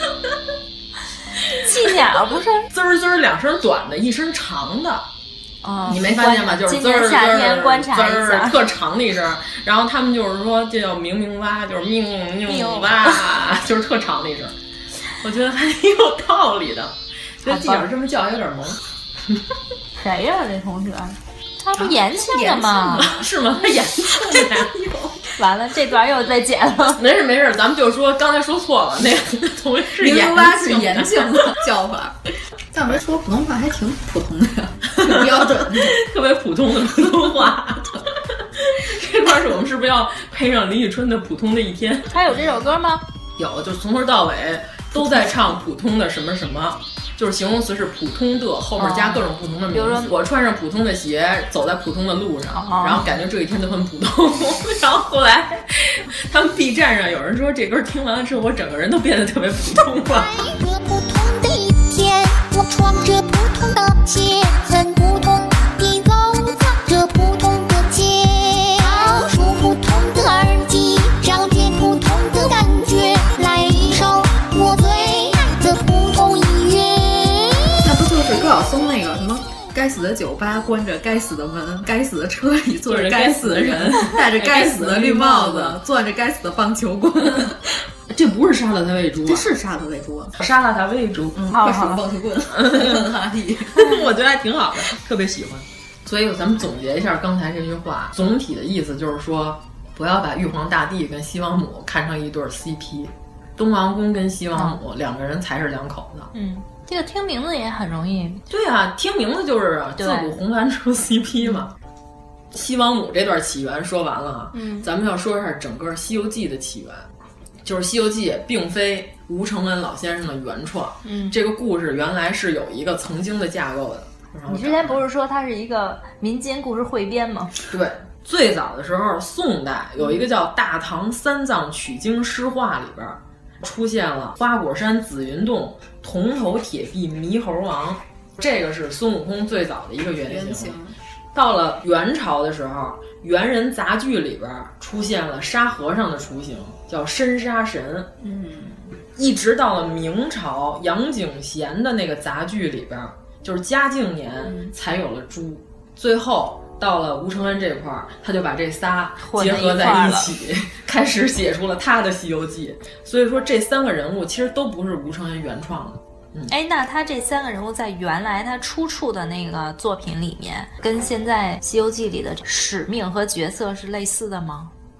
寄鸟不是滋儿滋儿两声短的，一声长的。 哦， 你没发现吗？就是滋儿滋儿滋儿特长的一声，然后他们就是说这叫明明蛙，就是命命蛙，就是特长的一声。我觉得还挺有道理的，觉得寄鸟这么叫有点萌。 谁呀？这同学？他不延庆的吗？ 是吗？他延庆的。 完了，这段又被剪了。 没事没事，咱们就说刚才说错了，那个同学是延庆，是延庆的叫法。但我觉得说普通话还挺普通的呀，挺标准的， 特别普通的普通话。这块是我们是不是要配上李宇春的《普通的一天》？ 他有这首歌吗？ 有，就是从头到尾都在唱普通的什么什么。就是形容词是普通的，后面加各种不同的名字。哦、我穿上普通的鞋，走在普通的路上，哦、然后感觉这一天都很普通。然后后来，他们 B 站上有人说这歌听完了之后，我整个人都变得特别普通了。 在这普通的一天，我穿着普通的鞋，很普通地走在这普通的街，梳普通的耳机，找见普通的感觉，来一首我最爱的普通音乐。 就是高晓松那个什么，该死的酒吧关着该死的门，该死的车里坐着该死的人，戴着该死的绿帽子，攥着该死的棒球棍。 这不是沙拉塔喂猪、啊， 这是沙拉塔喂猪、啊， 沙拉塔喂猪， 嗯，快使棒球棍，哈利， 我觉得还挺好的，特别喜欢。所以咱们总结一下刚才这句话，总体的意思就是说，不要把玉皇大帝跟西王母看成一对 C P， 东王公跟西王母、嗯、两个人才是两口子。 嗯。这个听名字也很容易， 对啊，听名字就是自古红凡出 C P 嘛。西王母这段起源说完了啊，嗯，咱们要说一下整个《西游记》的起源，就是《西游记》并非吴承恩老先生的原创，嗯，这个故事原来是有一个曾经的架构的。 你之前不是说它是一个民间故事汇编吗？ 对，最早的时候，宋代有一个叫《大唐三藏取经诗话》里边。出现了花果山紫云洞铜头铁臂猕猴王，这个是孙悟空最早的一个原型。原型到了元朝的时候，猿人杂剧里边出现了沙和尚的雏形，叫申沙神。嗯，一直到了明朝杨景贤的那个杂剧里边，就是嘉靖年、嗯、才有了猪。最后到了吴承恩这块儿，他就把这仨结合在一起，开始写出了他的《西游记》。所以说，这三个人物其实都不是吴承恩原创的。嗯， 哎，那他这三个人物在原来他出处的那个作品里面，跟现在《西游记》里的使命和角色是类似的吗？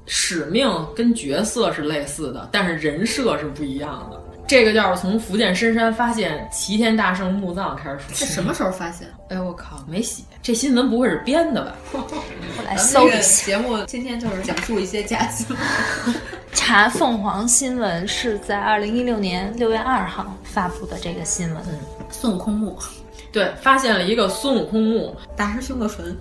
使命跟角色是类似的，但是人设是不一样的。这个要是从福建深山发现齐天大圣墓葬开始说。 这什么时候发现？ 哎，我靠，没写。这新闻不会是编的吧？ 我来搜一下。 节目今天就是讲述一些假新闻。 查凤凰新闻是在二零一六年六月二号发布的这个新闻。 嗯，孙悟空墓。 对，发现了一个孙悟空墓， 大师兄的坟。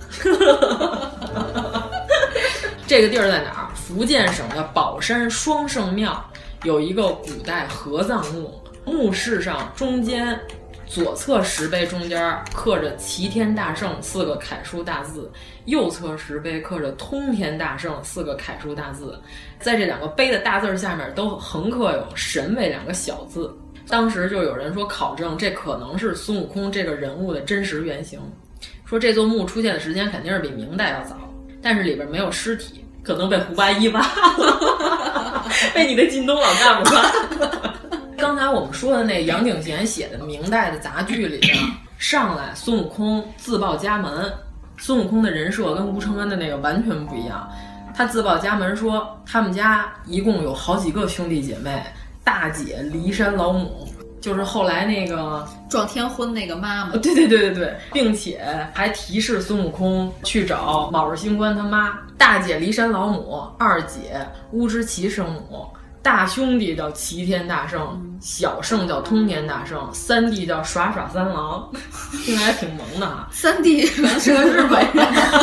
这个地儿在哪儿？福建省的宝山双圣庙有一个古代合葬墓，墓室上中间左侧石碑中间刻着齐天大圣四个楷书大字，右侧石碑刻着通天大圣四个楷书大字，在这两个碑的大字下面都横刻有神为两个小字。当时就有人说考证这可能是孙悟空这个人物的真实原型，说这座墓出现的时间肯定是比明代要早，但是里边没有尸体，可能被胡八一挖了，被你的晋东老干部挖了。刚才我们说的那杨景贤写的明代的杂剧里边，上来孙悟空自报家门，孙悟空的人设跟吴承恩的那个完全不一样。他自报家门说他们家一共有好几个兄弟姐妹，大姐骊山老母，就是后来那个撞天婚那个妈妈。 对对对对对，并且还提示孙悟空去找卯日星官他妈，大姐骊山老母，二姐乌之奇圣母，大兄弟叫齐天大圣，小圣叫通天大圣，三弟叫耍耍三郎，听着还挺萌的啊。 三弟是个日本人，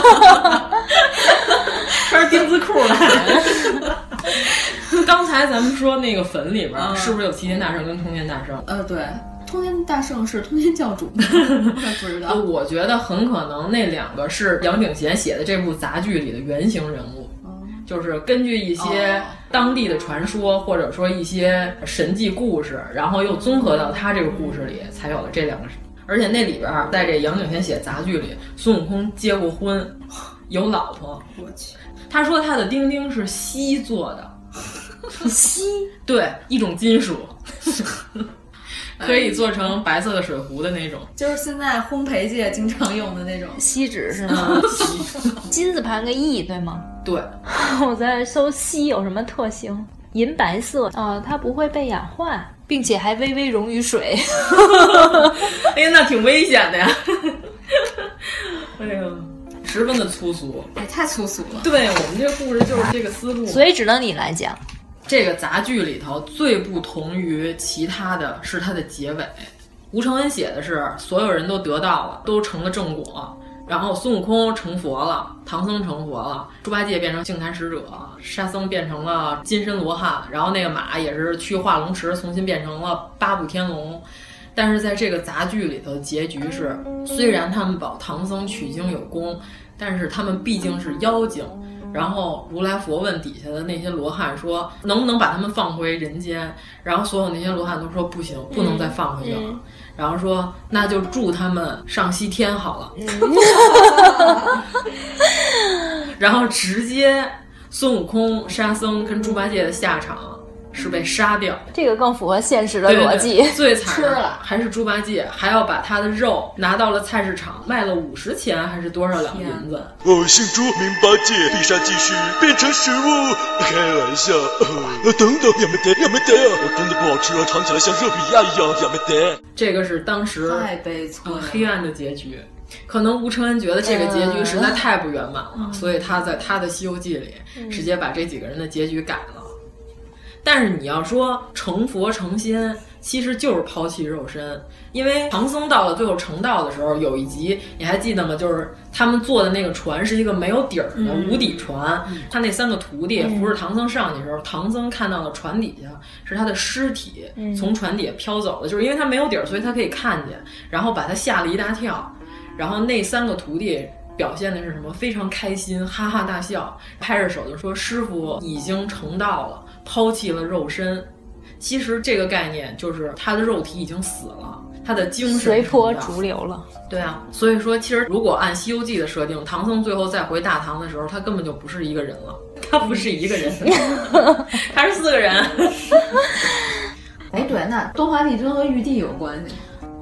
穿着丁字裤来。刚才咱们说那个坟里边、嗯、是不是有齐天大圣跟通天大圣？ 呃，对，通天大圣是通天教主吗？我不知道。 我觉得很可能那两个是杨景贤写的这部杂剧里的原型人物。就是根据一些当地的传说，或者说一些神迹故事，然后又综合到他这个故事里，才有了这两个。而且那里边，在这杨景贤写杂剧里，孙悟空结过婚，有老婆。 我去， 他说他的丁丁是锡做的， 锡对，一种金属。可以做成白色的水壶的那种， 就是现在烘焙界经常用的那种锡纸是吗？金字旁个义对吗？ 对。 我在搜锡有什么特性？银白色啊、呃，它不会被氧化，并且还微微溶于水。 哎呀，那挺危险的呀！哎呀，十分的粗俗， 哎，太粗俗了。 对，我们这个故事就是这个思路， 所以只能你来讲。 这个杂剧里头最不同于其他的是它的结尾。吴承恩写的是所有人都得到了，都成了正果，然后孙悟空成佛了，唐僧成佛了，猪八戒变成净坛使者，沙僧变成了金身罗汉，然后那个马也是去化龙池重新变成了八部天龙。但是在这个杂剧里头的结局是，虽然他们保唐僧取经有功，但是他们毕竟是妖精。然后如来佛问底下的那些罗汉说能不能把他们放回人间，然后所有那些罗汉都说不行，不能再放回去了、嗯嗯、然后说那就祝他们上西天好了、嗯、然后直接孙悟空、沙僧跟猪八戒的下场是被杀掉， 这个更符合现实的逻辑。 对对对，最惨的了还是猪八戒，还要把他的肉拿到了菜市场卖了五十钱还是多少两银子。 我姓朱名八戒，必杀技是变成食物，开玩笑。呃，等等，要没得，要没得，我真的不好吃了，尝起来像热比亚一样，要没得。 这个是当时太悲催了、 呃、黑暗的结局。可能吴承恩觉得这个结局实在太不圆满了、嗯、所以他在他的《西游记》里、嗯、直接把这几个人的结局改了。但是你要说成佛成仙，其实就是抛弃肉身。因为唐僧到了最后成道的时候，有一集你还记得吗？就是他们坐的那个船是一个没有底儿的无底船、嗯、他那三个徒弟扶着唐僧上去的时候、嗯、唐僧看到了船底下是他的尸体从船底下飘走了、嗯、就是因为他没有底儿，所以他可以看见，然后把他吓了一大跳。然后那三个徒弟表现的是什么？非常开心，哈哈大笑，拍着手就说师父已经成道了，抛弃了肉身。其实这个概念就是他的肉体已经死了，他的精神随波逐流了。 对啊，所以说其实如果按《西游记》的设定，唐僧最后再回大唐的时候，他根本就不是一个人了，他不是一个人，他是四个人。 哎，对，那东华帝君和玉帝有关系？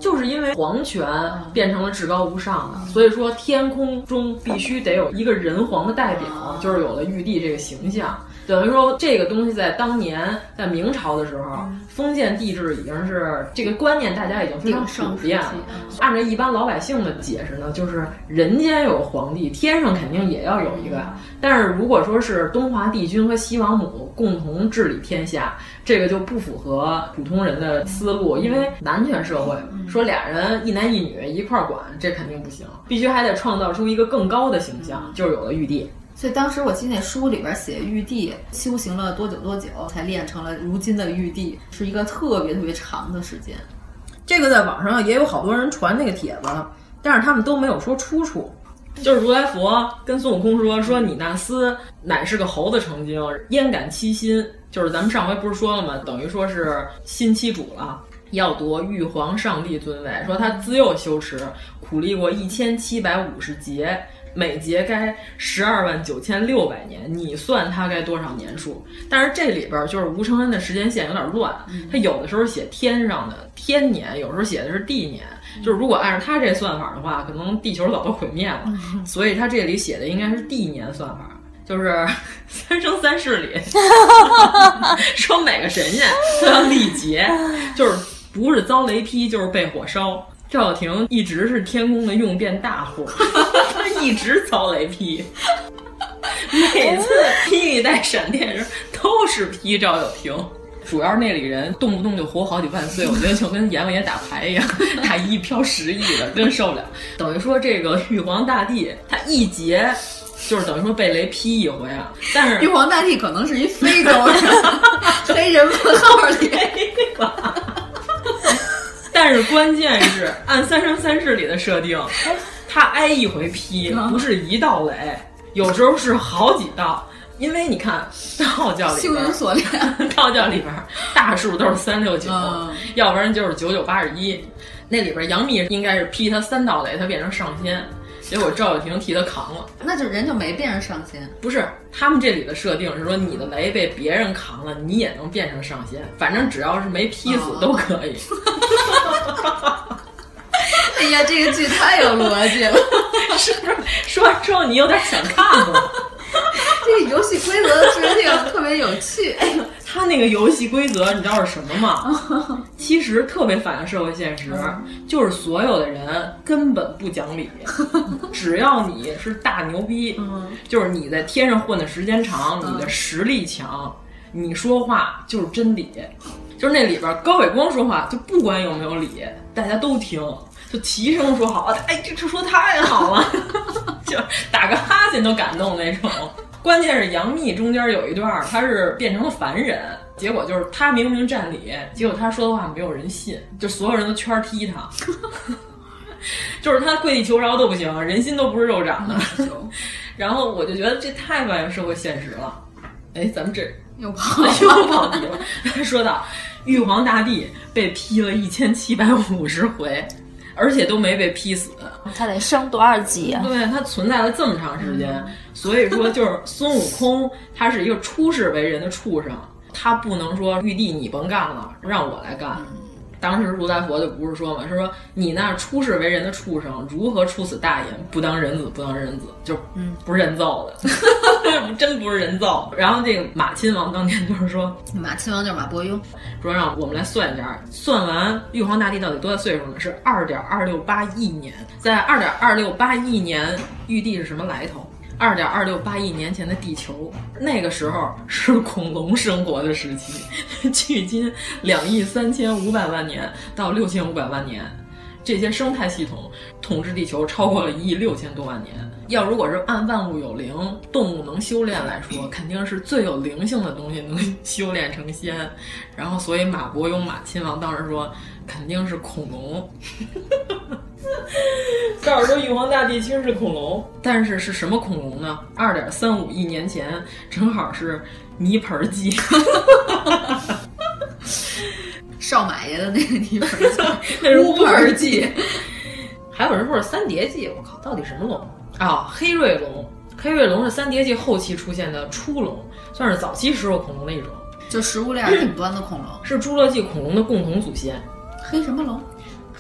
就是因为皇权变成了至高无上的，所以说天空中必须得有一个人皇的代表，就是有了玉帝这个形象。等于说这个东西在当年在明朝的时候，封建帝制已经是这个观念，大家已经非常普遍了。按照一般老百姓的解释呢，就是人间有皇帝，天上肯定也要有一个。但是如果说是东华帝君和西王母共同治理天下，这个就不符合普通人的思路，因为男权社会说俩人一男一女一块管，这肯定不行，必须还得创造出一个更高的形象，就是有了玉帝。 所以当时我记得那书里边写玉帝修行了多久多久才练成了如今的玉帝，是一个特别特别长的时间。 这个在网上也有好多人传这个帖子，但是他们都没有说出处。就是如来佛跟孙悟空说说你那厮乃是个猴子成精，焉敢欺心，就是咱们上回不是说了吗？等于说是新期主了，要夺玉皇上帝尊位，说他自幼修持，苦历过一千七百五十劫，每节该十二万九千六百年，你算它该多少年数？但是这里边就是吴承恩的时间线有点乱，他有的时候写天上的天年，有时候写的是地年。就是如果按照他这算法的话，可能地球早都毁灭了，所以他这里写的应该是地年算法。就是三生三世里说每个神仙都要历劫，就是不是遭雷劈就是被火烧。赵又廷一直是天宫的用变大户，他一直遭雷劈，每次霹雳带闪电时都是劈赵又廷。主要是那里人动不动就活好几万岁，我觉得就跟阎王爷打牌一样，打一飘十亿的，真受不了。等于说这个玉皇大帝他一劫就是等于说被雷劈一回啊，但是玉皇大帝可能是一非洲人，黑人问号里。 但是关键是按三生三世里的设定，他挨一回劈不是一道雷，有时候是好几道。因为你看道教里边， 修人所恋， 道教里边大数都是三六九，嗯、要不然就是九九八十一。那里边杨幂应该是劈他三道雷，他变成上仙，结果赵又廷替他扛了， 那就人就没变成上仙。 不是，他们这里的设定是说你的雷被别人扛了，你也能变成上仙，反正只要是没劈死都可以。 哦哎呀，这个剧太有逻辑了， 是不是？说完之后你有点想看了。 这个游戏规则的制定特别有趣。 他那个游戏规则你知道是什么吗？其实特别反映社会现实，就是所有的人根本不讲理，只要你是大牛逼，就是你在天上混的时间长，你的实力强，你说话就是真理。就是那里边高伟光说话就不管有没有理，大家都听，就齐声说好，哎，这这说太好了，就打个哈欠都感动那种。关键是杨幂中间有一段，她是变成了凡人，结果就是她明明占理，结果她说的话没有人信，就所有人都圈踢她，就是她跪地求饶都不行，人心都不是肉长的。然后我就觉得这太反映社会现实了。哎，咱们这又跑又跑题了。说到玉皇大帝被劈了一千七百五十回。而且都没被劈死， 他得升多少级啊？ 对，他存在了这么长时间，嗯、所以说就是孙悟空，他是一个出世为人的畜生，他不能说玉帝你甭干了，让我来干。嗯、当时如来佛就不是说嘛，是说你那出世为人的畜生，如何出此大言？不当人子，不当人子，就不是人造的，嗯、真不是人造。然后这个马亲王当年就是说， 马亲王就是马伯庸。 说让我们来算一下，算完玉皇大帝到底多大岁数呢？是二点二六八亿年。在二点二六八亿年，玉帝是什么来头？二点二六八亿年前的地球，那个时候是恐龙生活的时期，距今两亿三千五百万年到六千五百万年，这些生态系统统治地球超过了一亿六千多万年。要如果是按万物有灵，动物能修炼来说，肯定是最有灵性的东西能修炼成仙。然后，所以马伯庸、马亲王当时说，肯定是恐龙。告诉说玉皇大帝其实是恐龙，但是是什么恐龙呢？二点三五亿年前，正好是泥盆纪。 少马爷的那个泥盆纪， 那是乌盆纪。还有人说是三叠纪，我靠，到底什么龙？啊、哦，黑瑞龙，黑瑞龙是三叠纪后期出现的初龙，算是早期食肉恐龙的一种， 就食物链顶端的恐龙， 是侏罗纪恐龙的共同祖先。 黑什么龙？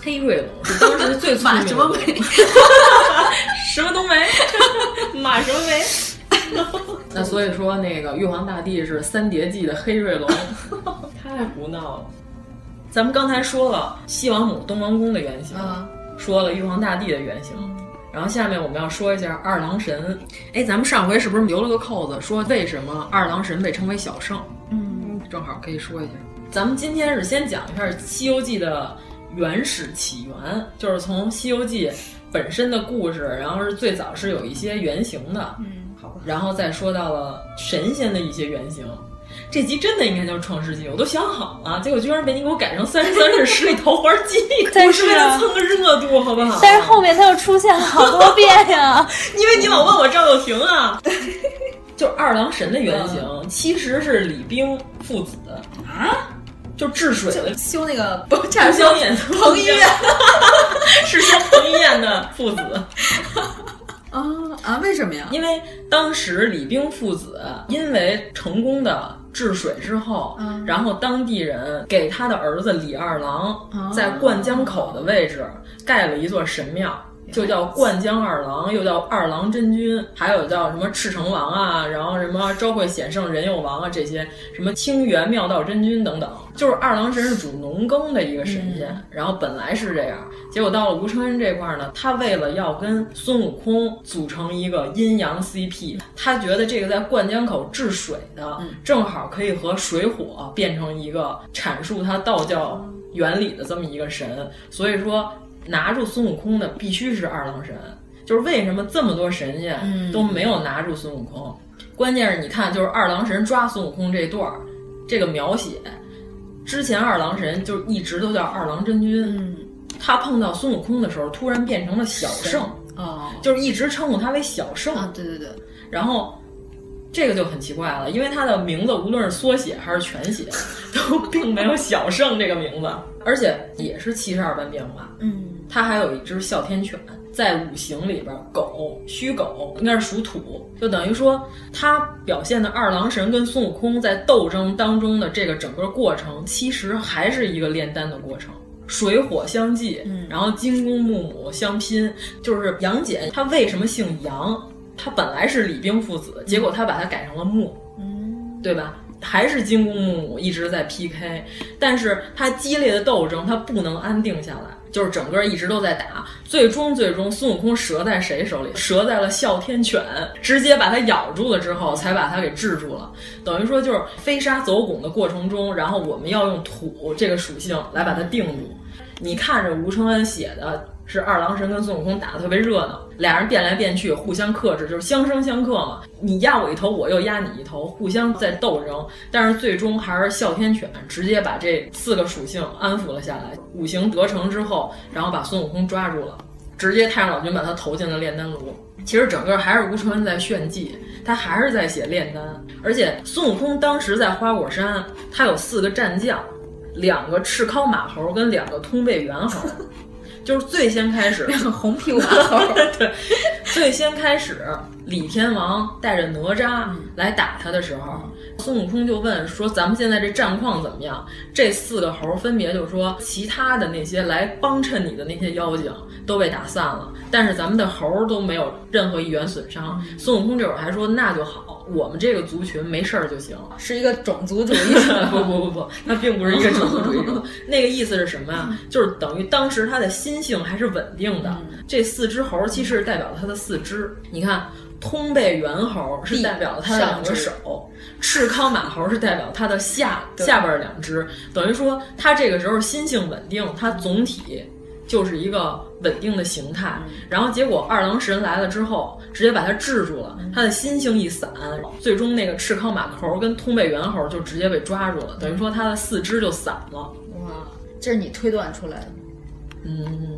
黑瑞龙是当时最聪明的马什么梅， 什么都没，马什么梅。那所以说，那个玉皇大帝是三叠纪的黑瑞龙，太胡闹了。咱们刚才说了西王母东王公的原型， 嗯、 说了玉皇大帝的原型。然后下面我们要说一下二郎神。哎，咱们上回是不是留了个扣子，说为什么二郎神被称为小圣？ 嗯， 正好可以说一下。咱们今天是先讲一下《西游记》的原始起源，就是从《西游记》本身的故事，然后是最早是有一些原型的， 嗯，好吧， 然后再说到了神仙的一些原型。这集真的应该叫《创世纪》，我都想好了，结果居然被你给我改成《三十三世十里桃花记》，我是为了蹭个热度，好不好？ 但是后面它又出现了好多遍呀， 因为你老问我赵又廷啊。就二郎神的原型、嗯、其实是李冰父子啊， 就治水的， 修那个不查萧衍彭于晏， 是修彭于晏的父子。 啊啊！为什么呀？ 因为当时李冰父子因为成功的治水之后， 嗯、 然后当地人给他的儿子李二郎在灌江口的位置盖了一座神庙。就叫灌江二郎，又叫二郎真君，还有叫什么赤城王啊，然后什么昭惠显圣仁佑王啊，这些什么清源妙道真君等等，就是二郎神是主农耕的一个神仙、嗯、然后本来是这样，结果到了吴承恩这块呢，他为了要跟孙悟空组成一个阴阳 C P， 他觉得这个在灌江口治水的、嗯、正好可以和水火变成一个阐述他道教原理的这么一个神，所以说拿住孙悟空的必须是二郎神，就是为什么这么多神仙都没有拿住孙悟空、嗯、关键是你看就是二郎神抓孙悟空这段这个描写，之前二郎神就一直都叫二郎真君、 嗯、 他碰到孙悟空的时候突然变成了小圣、 哦、 就是一直称呼他为小圣、 啊、对对对， 然后这个就很奇怪了，因为他的名字无论是缩写还是全写都并没有小圣这个名字，而且也是七十二般变化。 嗯， 他还有一只哮天犬，在五行里边，狗虚狗应该是属土，就等于说他表现的二郎神跟孙悟空在斗争当中的这个整个过程，其实还是一个炼丹的过程。水火相济、嗯、然后金公木母相拼，就是杨戬他为什么姓杨，他本来是李冰父子，结果他把他改成了木， 嗯， 对吧？还是金公木母一直在 P K， 但是他激烈的斗争他不能安定下来，就是整个一直都在打，最终最终孙悟空折在谁手里？折在了哮天犬，直接把他咬住了之后才把他给制住了，等于说就是飞沙走拱的过程中，然后我们要用土这个属性来把它定住。你看着吴承恩写的是二郎神跟孙悟空打得特别热闹，俩人变来变去，互相克制，就是相生相克嘛。你压我一头，我又压你一头，互相在斗争。但是最终还是哮天犬直接把这四个属性安抚了下来。五行得成之后，然后把孙悟空抓住了，直接太上老君把他投进了炼丹炉。其实整个还是吴承恩在炫技，他还是在写炼丹。而且孙悟空当时在花果山，他有四个战将，两个赤尻马猴跟两个通背猿猴。就是最先开始两个红屁股马猴对，最先开始李天王带着哪吒来打他的时候、嗯、孙悟空就问说咱们现在这战况怎么样，这四个猴分别就说其他的那些来帮衬你的那些妖精都被打散了，但是咱们的猴都没有任何一员损伤、嗯、孙悟空这会儿还说那就好，我们这个族群没事儿就行， 是一个种族主义不不不不，他并不是一个种族主义者那个意思是什么呀、嗯、就是等于当时他的心性还是稳定的、嗯、这四只猴其实代表了他的四肢，你看通背猿猴是代表了他的两个手，赤尻马猴是代表他的下下边两只，等于说他这个时候心性稳定，他总体就是一个稳定的形态、嗯、然后结果二郎神来了之后直接把他制住了、嗯、他的心性一散，最终那个赤尻马猴跟通背猿猴就直接被抓住了，等于说他的四肢就散了。 哇，这是你推断出来的？ 嗯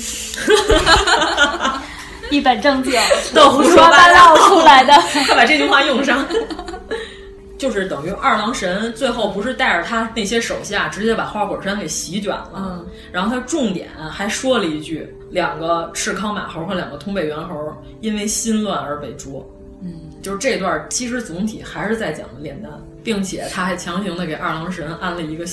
一本正经都胡说八道出来的他把这句话用上就是等于二郎神最后不是带着他那些手下直接把花果山给席卷了、嗯、然后他重点还说了一句两个赤尻马猴和两个通背猿猴因为心乱而被捉。嗯，就是这段其实总体还是在讲的炼丹，并且他还强行的给二郎神安了一个姓儿，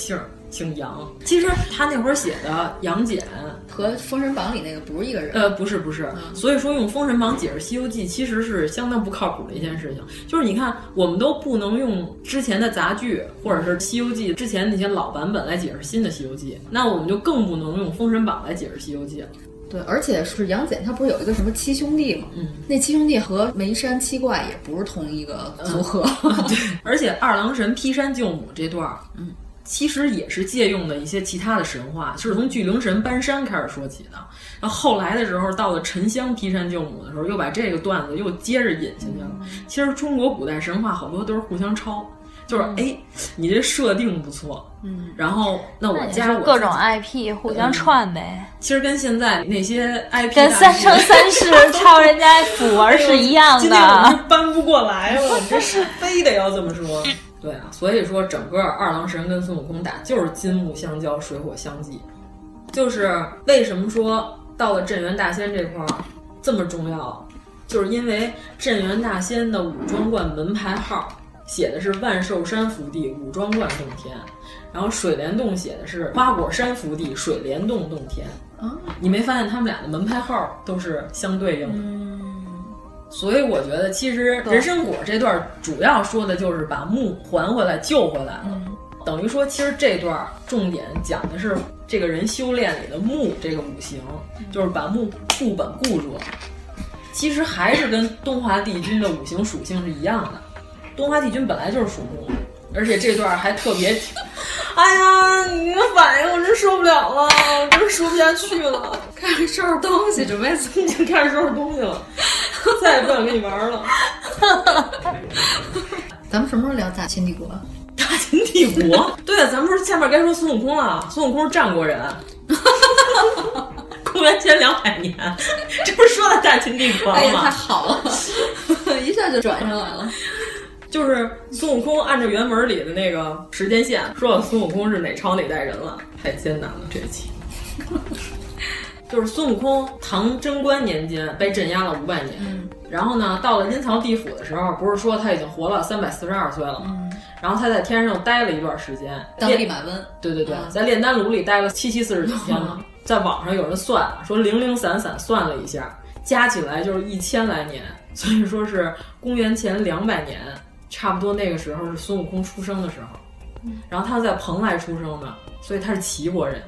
姓杨。其实他那会儿写的杨戬和《封神榜》里那个不是一个人。 呃，不是不是、嗯，所以说用《封神榜》解释《西游记》其实是相当不靠谱的一件事情。就是你看，我们都不能用之前的杂剧或者是《西游记》之前那些老版本来解释新的《西游记》，那我们就更不能用《封神榜》来解释《西游记》了。 对，而且是杨戬，他不是有一个什么七兄弟吗？嗯，那七兄弟和眉山七怪也不是同一个组合。 嗯、对，而且二郎神劈山救母这段，嗯，其实也是借用的一些其他的神话，是从巨灵神搬山开始说起的。然后后来的时候，到了沉香劈山救母的时候，又把这个段子又接着引进去了。嗯、其实中国古代神话好多都是互相抄。就是哎，你这设定不错，嗯，然后那我加我各种 I P 互相串呗、嗯。 其实跟现在那些 I P 跟三生三世抄人家腐文是一样的。 今天我们搬不过来了，你这是非得要这么说。对啊，所以说整个二郎神跟孙悟空打就是金木相交，水火相济。就是为什么说到了镇元大仙这块这么重要，就是因为镇元大仙的武装观门牌号。写的是万寿山福地武装观洞天，然后水帘洞写的是花果山福地水帘洞洞天。啊，你没发现他们俩的门牌号都是相对应的？嗯，所以我觉得其实人参果这段主要说的就是把木还回来救回来了、嗯、等于说其实这段重点讲的是这个人修炼里的木这个五行，就是把木固本固住，其实还是跟东华帝君的五行属性是一样的。东华帝君本来就是属木，而且这段还特别，哎呀，你的反应我真受不了了，我真说不下去了。 开始收拾东西，准备已经开始收拾东西了，再也不想跟你玩了。 咱们什么时候聊大秦帝国？ 大秦帝国？对啊，咱们不是下面该说孙悟空了？孙悟空是战国人。公元前两百年，这不是说到大秦帝国了吗？ 哎呀，太好了，一下就转上来了。 就是孙悟空按照原文里的那个时间线说孙悟空是哪朝哪代人了，太艰难了这一期。就是孙悟空唐贞观年间被镇压了五百年、嗯、然后呢到了阴曹地府的时候，不是说他已经活了三百四十二岁了吗、嗯、然后他在天上待了一段时间当弼马温， 对对对、嗯、在炼丹炉里待了七七四十九天了、嗯、在网上有人算说零零散散算了一下，加起来就是一千来年，所以说是公元前两百年，差不多那个时候是孙悟空出生的时候、嗯、然后他在蓬莱出生的，所以他是齐国人。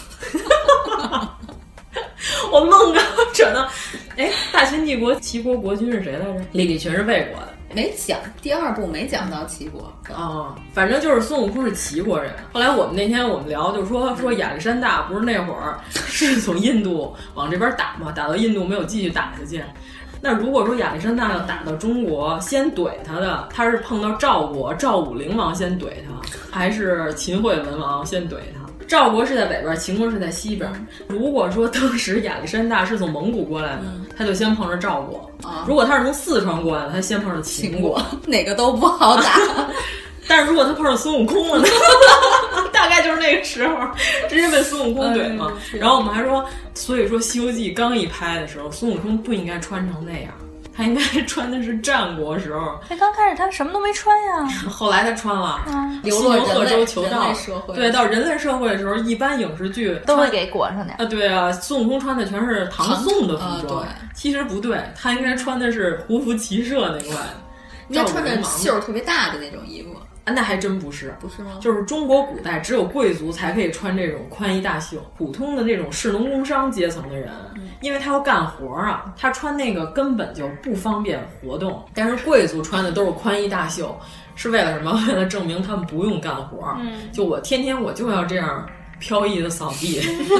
我愣着扯到，哎，大秦帝国齐国国君是谁来着？李李群是魏国的， 没讲第二部没讲到齐国哦，反正就是孙悟空是齐国人。后来我们那天我们聊，就是说说亚历山大不是那会儿是从印度往这边打嘛，打到印度没有继续打下去。那如果说亚历山大要打到中国，先怼他的，他是碰到赵国，赵武灵王先怼他，还是秦惠文王先怼他？赵国是在北边，秦国是在西边。如果说当时亚历山大是从蒙古过来的，嗯、他就先碰着赵国；啊、如果他是从四川过来的，他先碰着秦国， 哪个都不好打。 但是如果他碰上孙悟空了呢？大概就是那个时候，直接被孙悟空怼嘛。哎、然后我们还说，所以说《西游记》刚一拍的时候，孙悟空不应该穿成那样。他应该穿的是战国时候。 他刚开始他什么都没穿呀， 后来他穿了。 嗯， 流落鄂州求道社会。 对，到人类社会的时候，一般影视剧都会给裹上点。 啊，对啊，孙悟空穿的全是唐宋的服装。 呃、对， 其实不对，他应该穿的是胡服骑射那块， 应该穿着袖特别大的那种衣服。 啊，那还真不是， 不是吗？ 就是中国古代只有贵族才可以穿这种宽衣大袖，普通的那种士农工商阶层的人，嗯、因为他要干活啊，他穿那个根本就不方便活动。但是贵族穿的都是宽衣大袖，是为了什么？为了证明他们不用干活。嗯，就我天天我就要这样飘逸的扫地。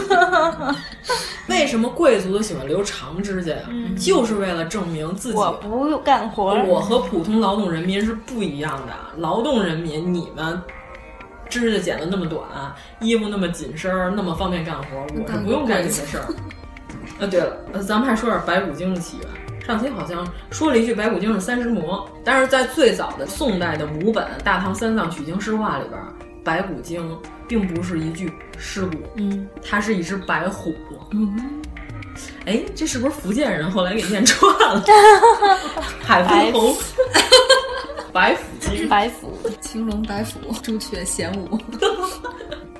为什么贵族都喜欢留长指甲呀、嗯？就是为了证明自己我不用干活。 我和普通劳动人民是不一样的。劳动人民，你们指甲剪得那么短，衣服那么紧身，那么方便干活，我是不用干这些事儿。啊，对了，咱们还说点白骨精的起源。上期好像说了一句白骨精是三尸魔，但是在最早的宋代的母本《大唐三藏取经诗话》里边，白骨精并不是一具尸骨，嗯，它是一只白虎。嗯，哎，这是不是福建人后来给念串了？海昏侯，白虎精， 白虎， 青龙白虎，朱雀玄武。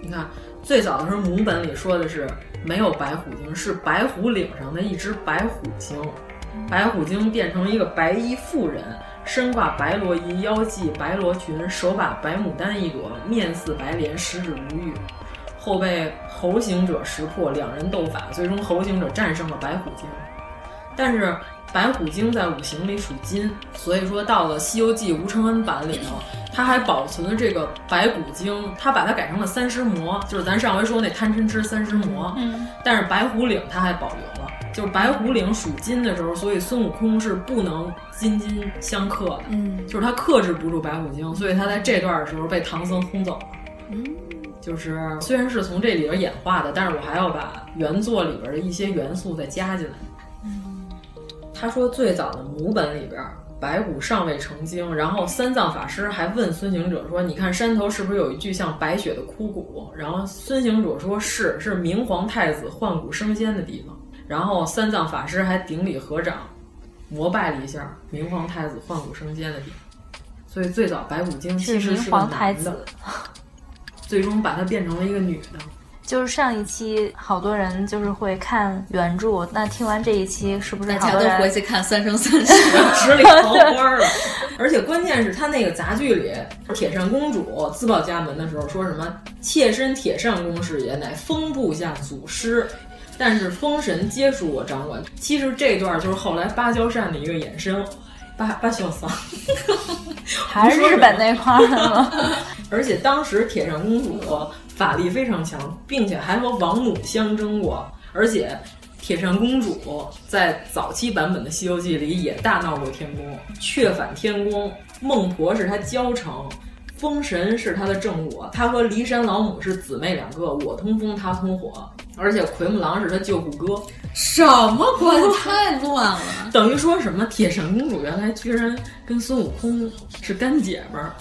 你看，最早的时候母本里说的是没有白虎精，是白虎岭上的一只白虎精。白虎精变成了一个白衣妇人，身挂白罗衣，腰系白罗裙，手把白牡丹一朵，面似白莲，十指如玉。后被猴行者识破，两人斗法，最终猴行者战胜了白虎精。但是白虎精在五行里属金，所以说到了《西游记》吴承恩版里头，他还保存了这个白骨精，他把它改成了三尸魔，就是咱上回说那贪嗔痴三尸魔。嗯，但是白虎岭他还保留了，就是白虎岭属金的时候，所以孙悟空是不能金金相克的，嗯，就是他克制不住白虎精，所以他在这段的时候被唐僧轰走了。嗯，就是虽然是从这里边演化的，但是我还要把原作里边的一些元素再加进来。他说最早的母本里边白骨尚未成精，然后三藏法师还问孙行者说，你看山头是不是有一具像白雪的枯骨？然后孙行者说是，是明皇太子换骨升仙的地方。然后三藏法师还顶礼合掌膜拜了一下明皇太子换骨升仙的地方。所以最早白骨精其实是个男的，最终把它变成了一个女的。 就是上一期好多人就是会看原著，那听完这一期是不是好多人大家都回去看《三生三世》 十里桃花了？而且关键是他那个杂剧里，铁扇公主自报家门的时候说什么“妾身铁扇公事也，乃风部下祖师”，但是封神皆属我掌管。其实这段就是后来芭蕉扇的一个衍生，芭芭蕉扇还是日本那块儿的吗？ 而且当时铁扇公主法力非常强，并且还和王母相争过，而且铁扇公主在早期版本的《西游记》里也大闹过天宫，却反天宫，孟婆是她教成，封神是她的正我，她和骊山老母是姊妹两个，我通风她通火，而且奎木狼是她救护哥。 什么关系？太乱了！ 等于说什么？铁扇公主原来居然跟孙悟空是干姐们儿。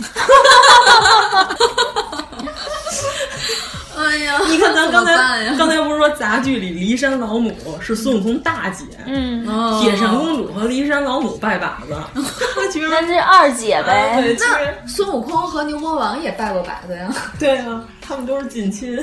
哎呀， 你看咱刚才刚才不是说杂剧里骊山老母是孙悟空大姐，嗯，铁扇公主和骊山老母拜把子， 那是二姐呗。 对， 那孙悟空和牛魔王也拜过把子呀。 对啊，他们都是近亲。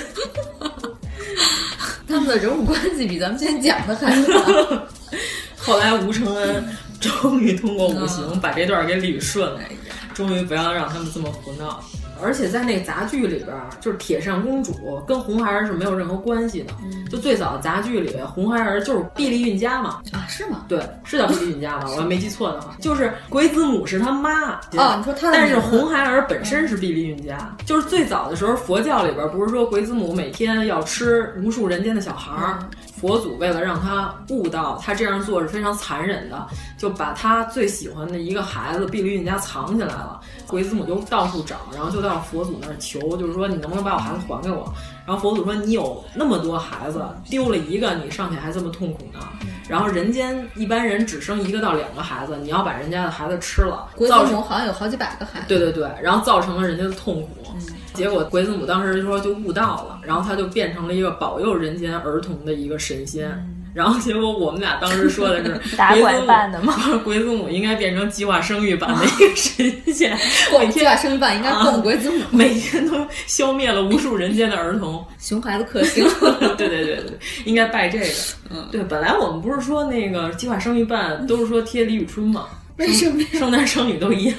他们的人物关系比咱们今天讲的还多。 后来吴承恩终于通过五行把这段给捋顺了，终于不要让他们这么胡闹。而且在那个杂剧里边，就是铁扇公主跟红孩儿是没有任何关系的。嗯、就最早的杂剧里，红孩儿就是碧丽运家嘛。 啊，是吗？ 对，是叫碧丽运家吧？我要没记错的话，就是鬼子母是他妈。 哦，你说他的。 但是红孩儿本身是碧丽运家，嗯、就是最早的时候，佛教里边不是说鬼子母每天要吃无数人间的小孩儿。嗯佛祖为了让他悟到他这样做是非常残忍的，就把他最喜欢的一个孩子碧丽运家藏起来了。鬼子母就到处找，然后就到佛祖那儿求，就是说你能不能把我孩子还给我？然后佛祖说你有那么多孩子，丢了一个你尚且还这么痛苦呢。然后人间一般人只生一个到两个孩子，你要把人家的孩子吃了， 鬼子母好像有好几百个孩子。 对对对，然后造成了人家的痛苦。嗯、结果鬼子母当时说就悟到了，然后他就变成了一个保佑人间儿童的一个神仙。嗯然后结果我们俩当时说的是打拐办的吗？ 鬼子母应该变成计划生育版的一个神仙， 每天计划生育版应该供鬼子母、啊， 每天都消灭了无数人间的儿童， 熊孩子克星。 对对对对，应该拜这个。嗯，对，本来我们不是说那个计划生育办都是说贴李宇春嘛， 为什么生男生女都一样？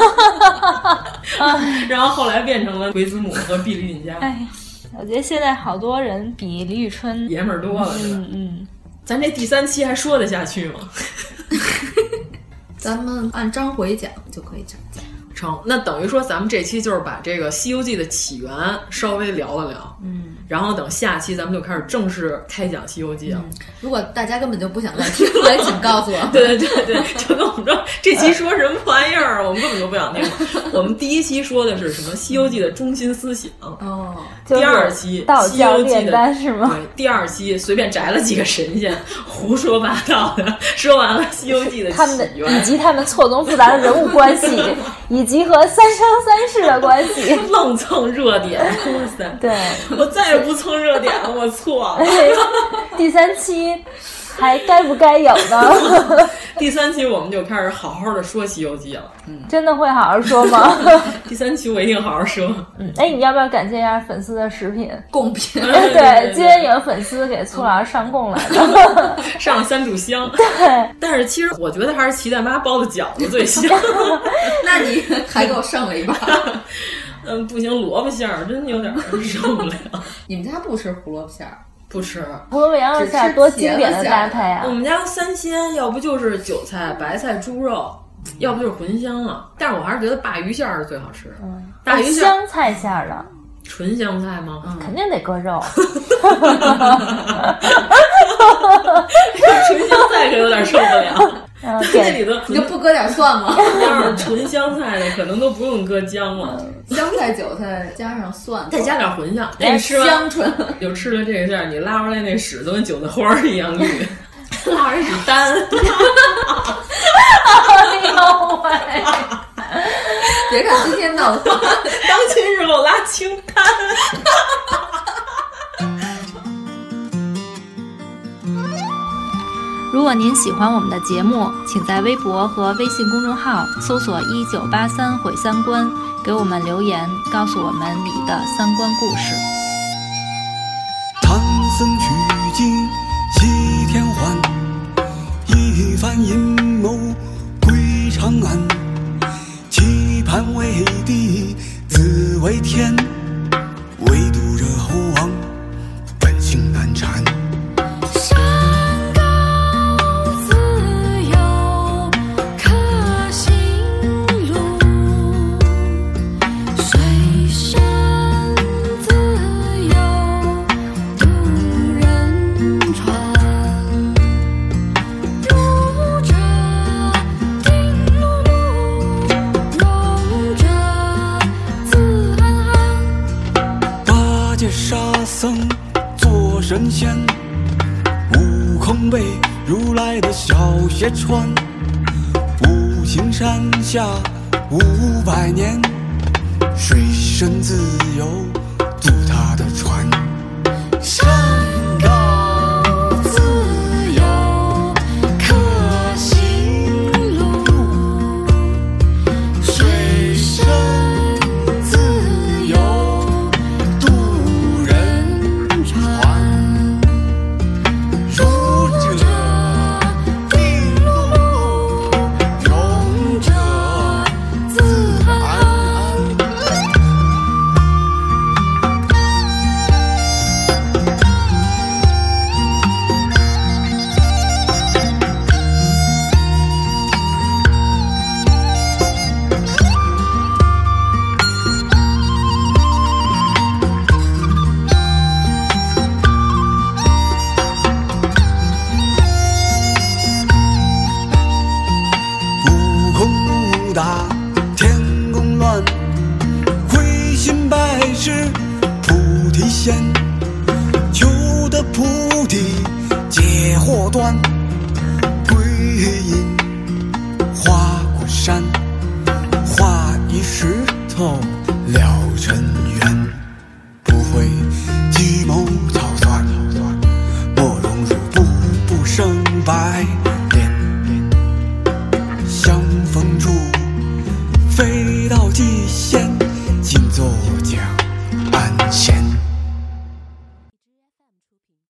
然后后来变成了鬼子母和碧丽运家。 哎，我觉得现在好多人比李宇春爷们儿多了， 嗯嗯。 咱这第三期还说得下去吗？ 咱们按章回讲就可以讲讲。 成，那等于说咱们这期就是把这个《西游记》的起源稍微聊了聊，嗯，然后等下期咱们就开始正式开讲《西游记》了、嗯。 如果大家根本就不想再听了，请告诉我。 对对对对，就跟我们说这期说什么玩意儿，我们根本就不想听。我们第一期说的是什么《西游记》的中心思想哦， 第二期道教炼丹是吗？ 对，第二期随便摘了几个神仙，胡说八道的说完了《西游记》的他们的以及他们错综复杂的人物关系。以及和三生三世的关系， 愣蹭热点，哇塞！ 对， 我再也不蹭热点了，我错了。 第三期还该不该有呢？ 第三期我们就开始好好的说《西游记》了。 嗯，真的会好好说吗？ 第三期我一定好好说。 嗯，哎，你要不要感谢一下粉丝的食品贡品？ 对, 对, 对, 对，今天有粉丝给醋老师上供来的， 上了三炷香。 对， 但是其实我觉得还是齐大妈包的饺子最香。 那你还给我剩了一把。 嗯，不行，萝卜馅儿真有点受不了。 你们家不吃胡萝卜馅儿？ 不吃。 胡萝卜羊肉馅儿多经典的搭配啊！ 我们家三鲜，要不就是韭菜、白菜、猪肉，要不就是茴香了。但是我还是觉得鲅鱼馅儿是最好吃的。 嗯， 鲅鱼馅香菜馅儿的， 纯香菜吗？ 嗯，肯定得搁肉。 纯香菜可有点受不了。 嗯， 这里头你就不搁点蒜吗？ 要是纯香菜的，可能都不用搁姜了。 香菜、韭菜加上蒜， 再加点茴香， 哎， 吃香醇。 就吃了这个馅儿，你拉出来那屎都跟韭菜花一样绿，拉出来是丹。 哎呦喂！ 别看今天闹的话， 当亲日后拉清单。 如果您喜欢我们的节目，请在微博和微信公众号搜索一九八三毁三观，给我们留言，告诉我们你的三观故事。 唐僧取经西天还，一番阴谋归长安，期盼为地自为天，唯独这猴王本性难缠。神仙，悟空被如来的小鞋穿，五行山下五百年，水深自由渡他的船。山高自有可行路，水深自有渡人船。求得菩提解惑端，归隐花果山，画一石头了尘。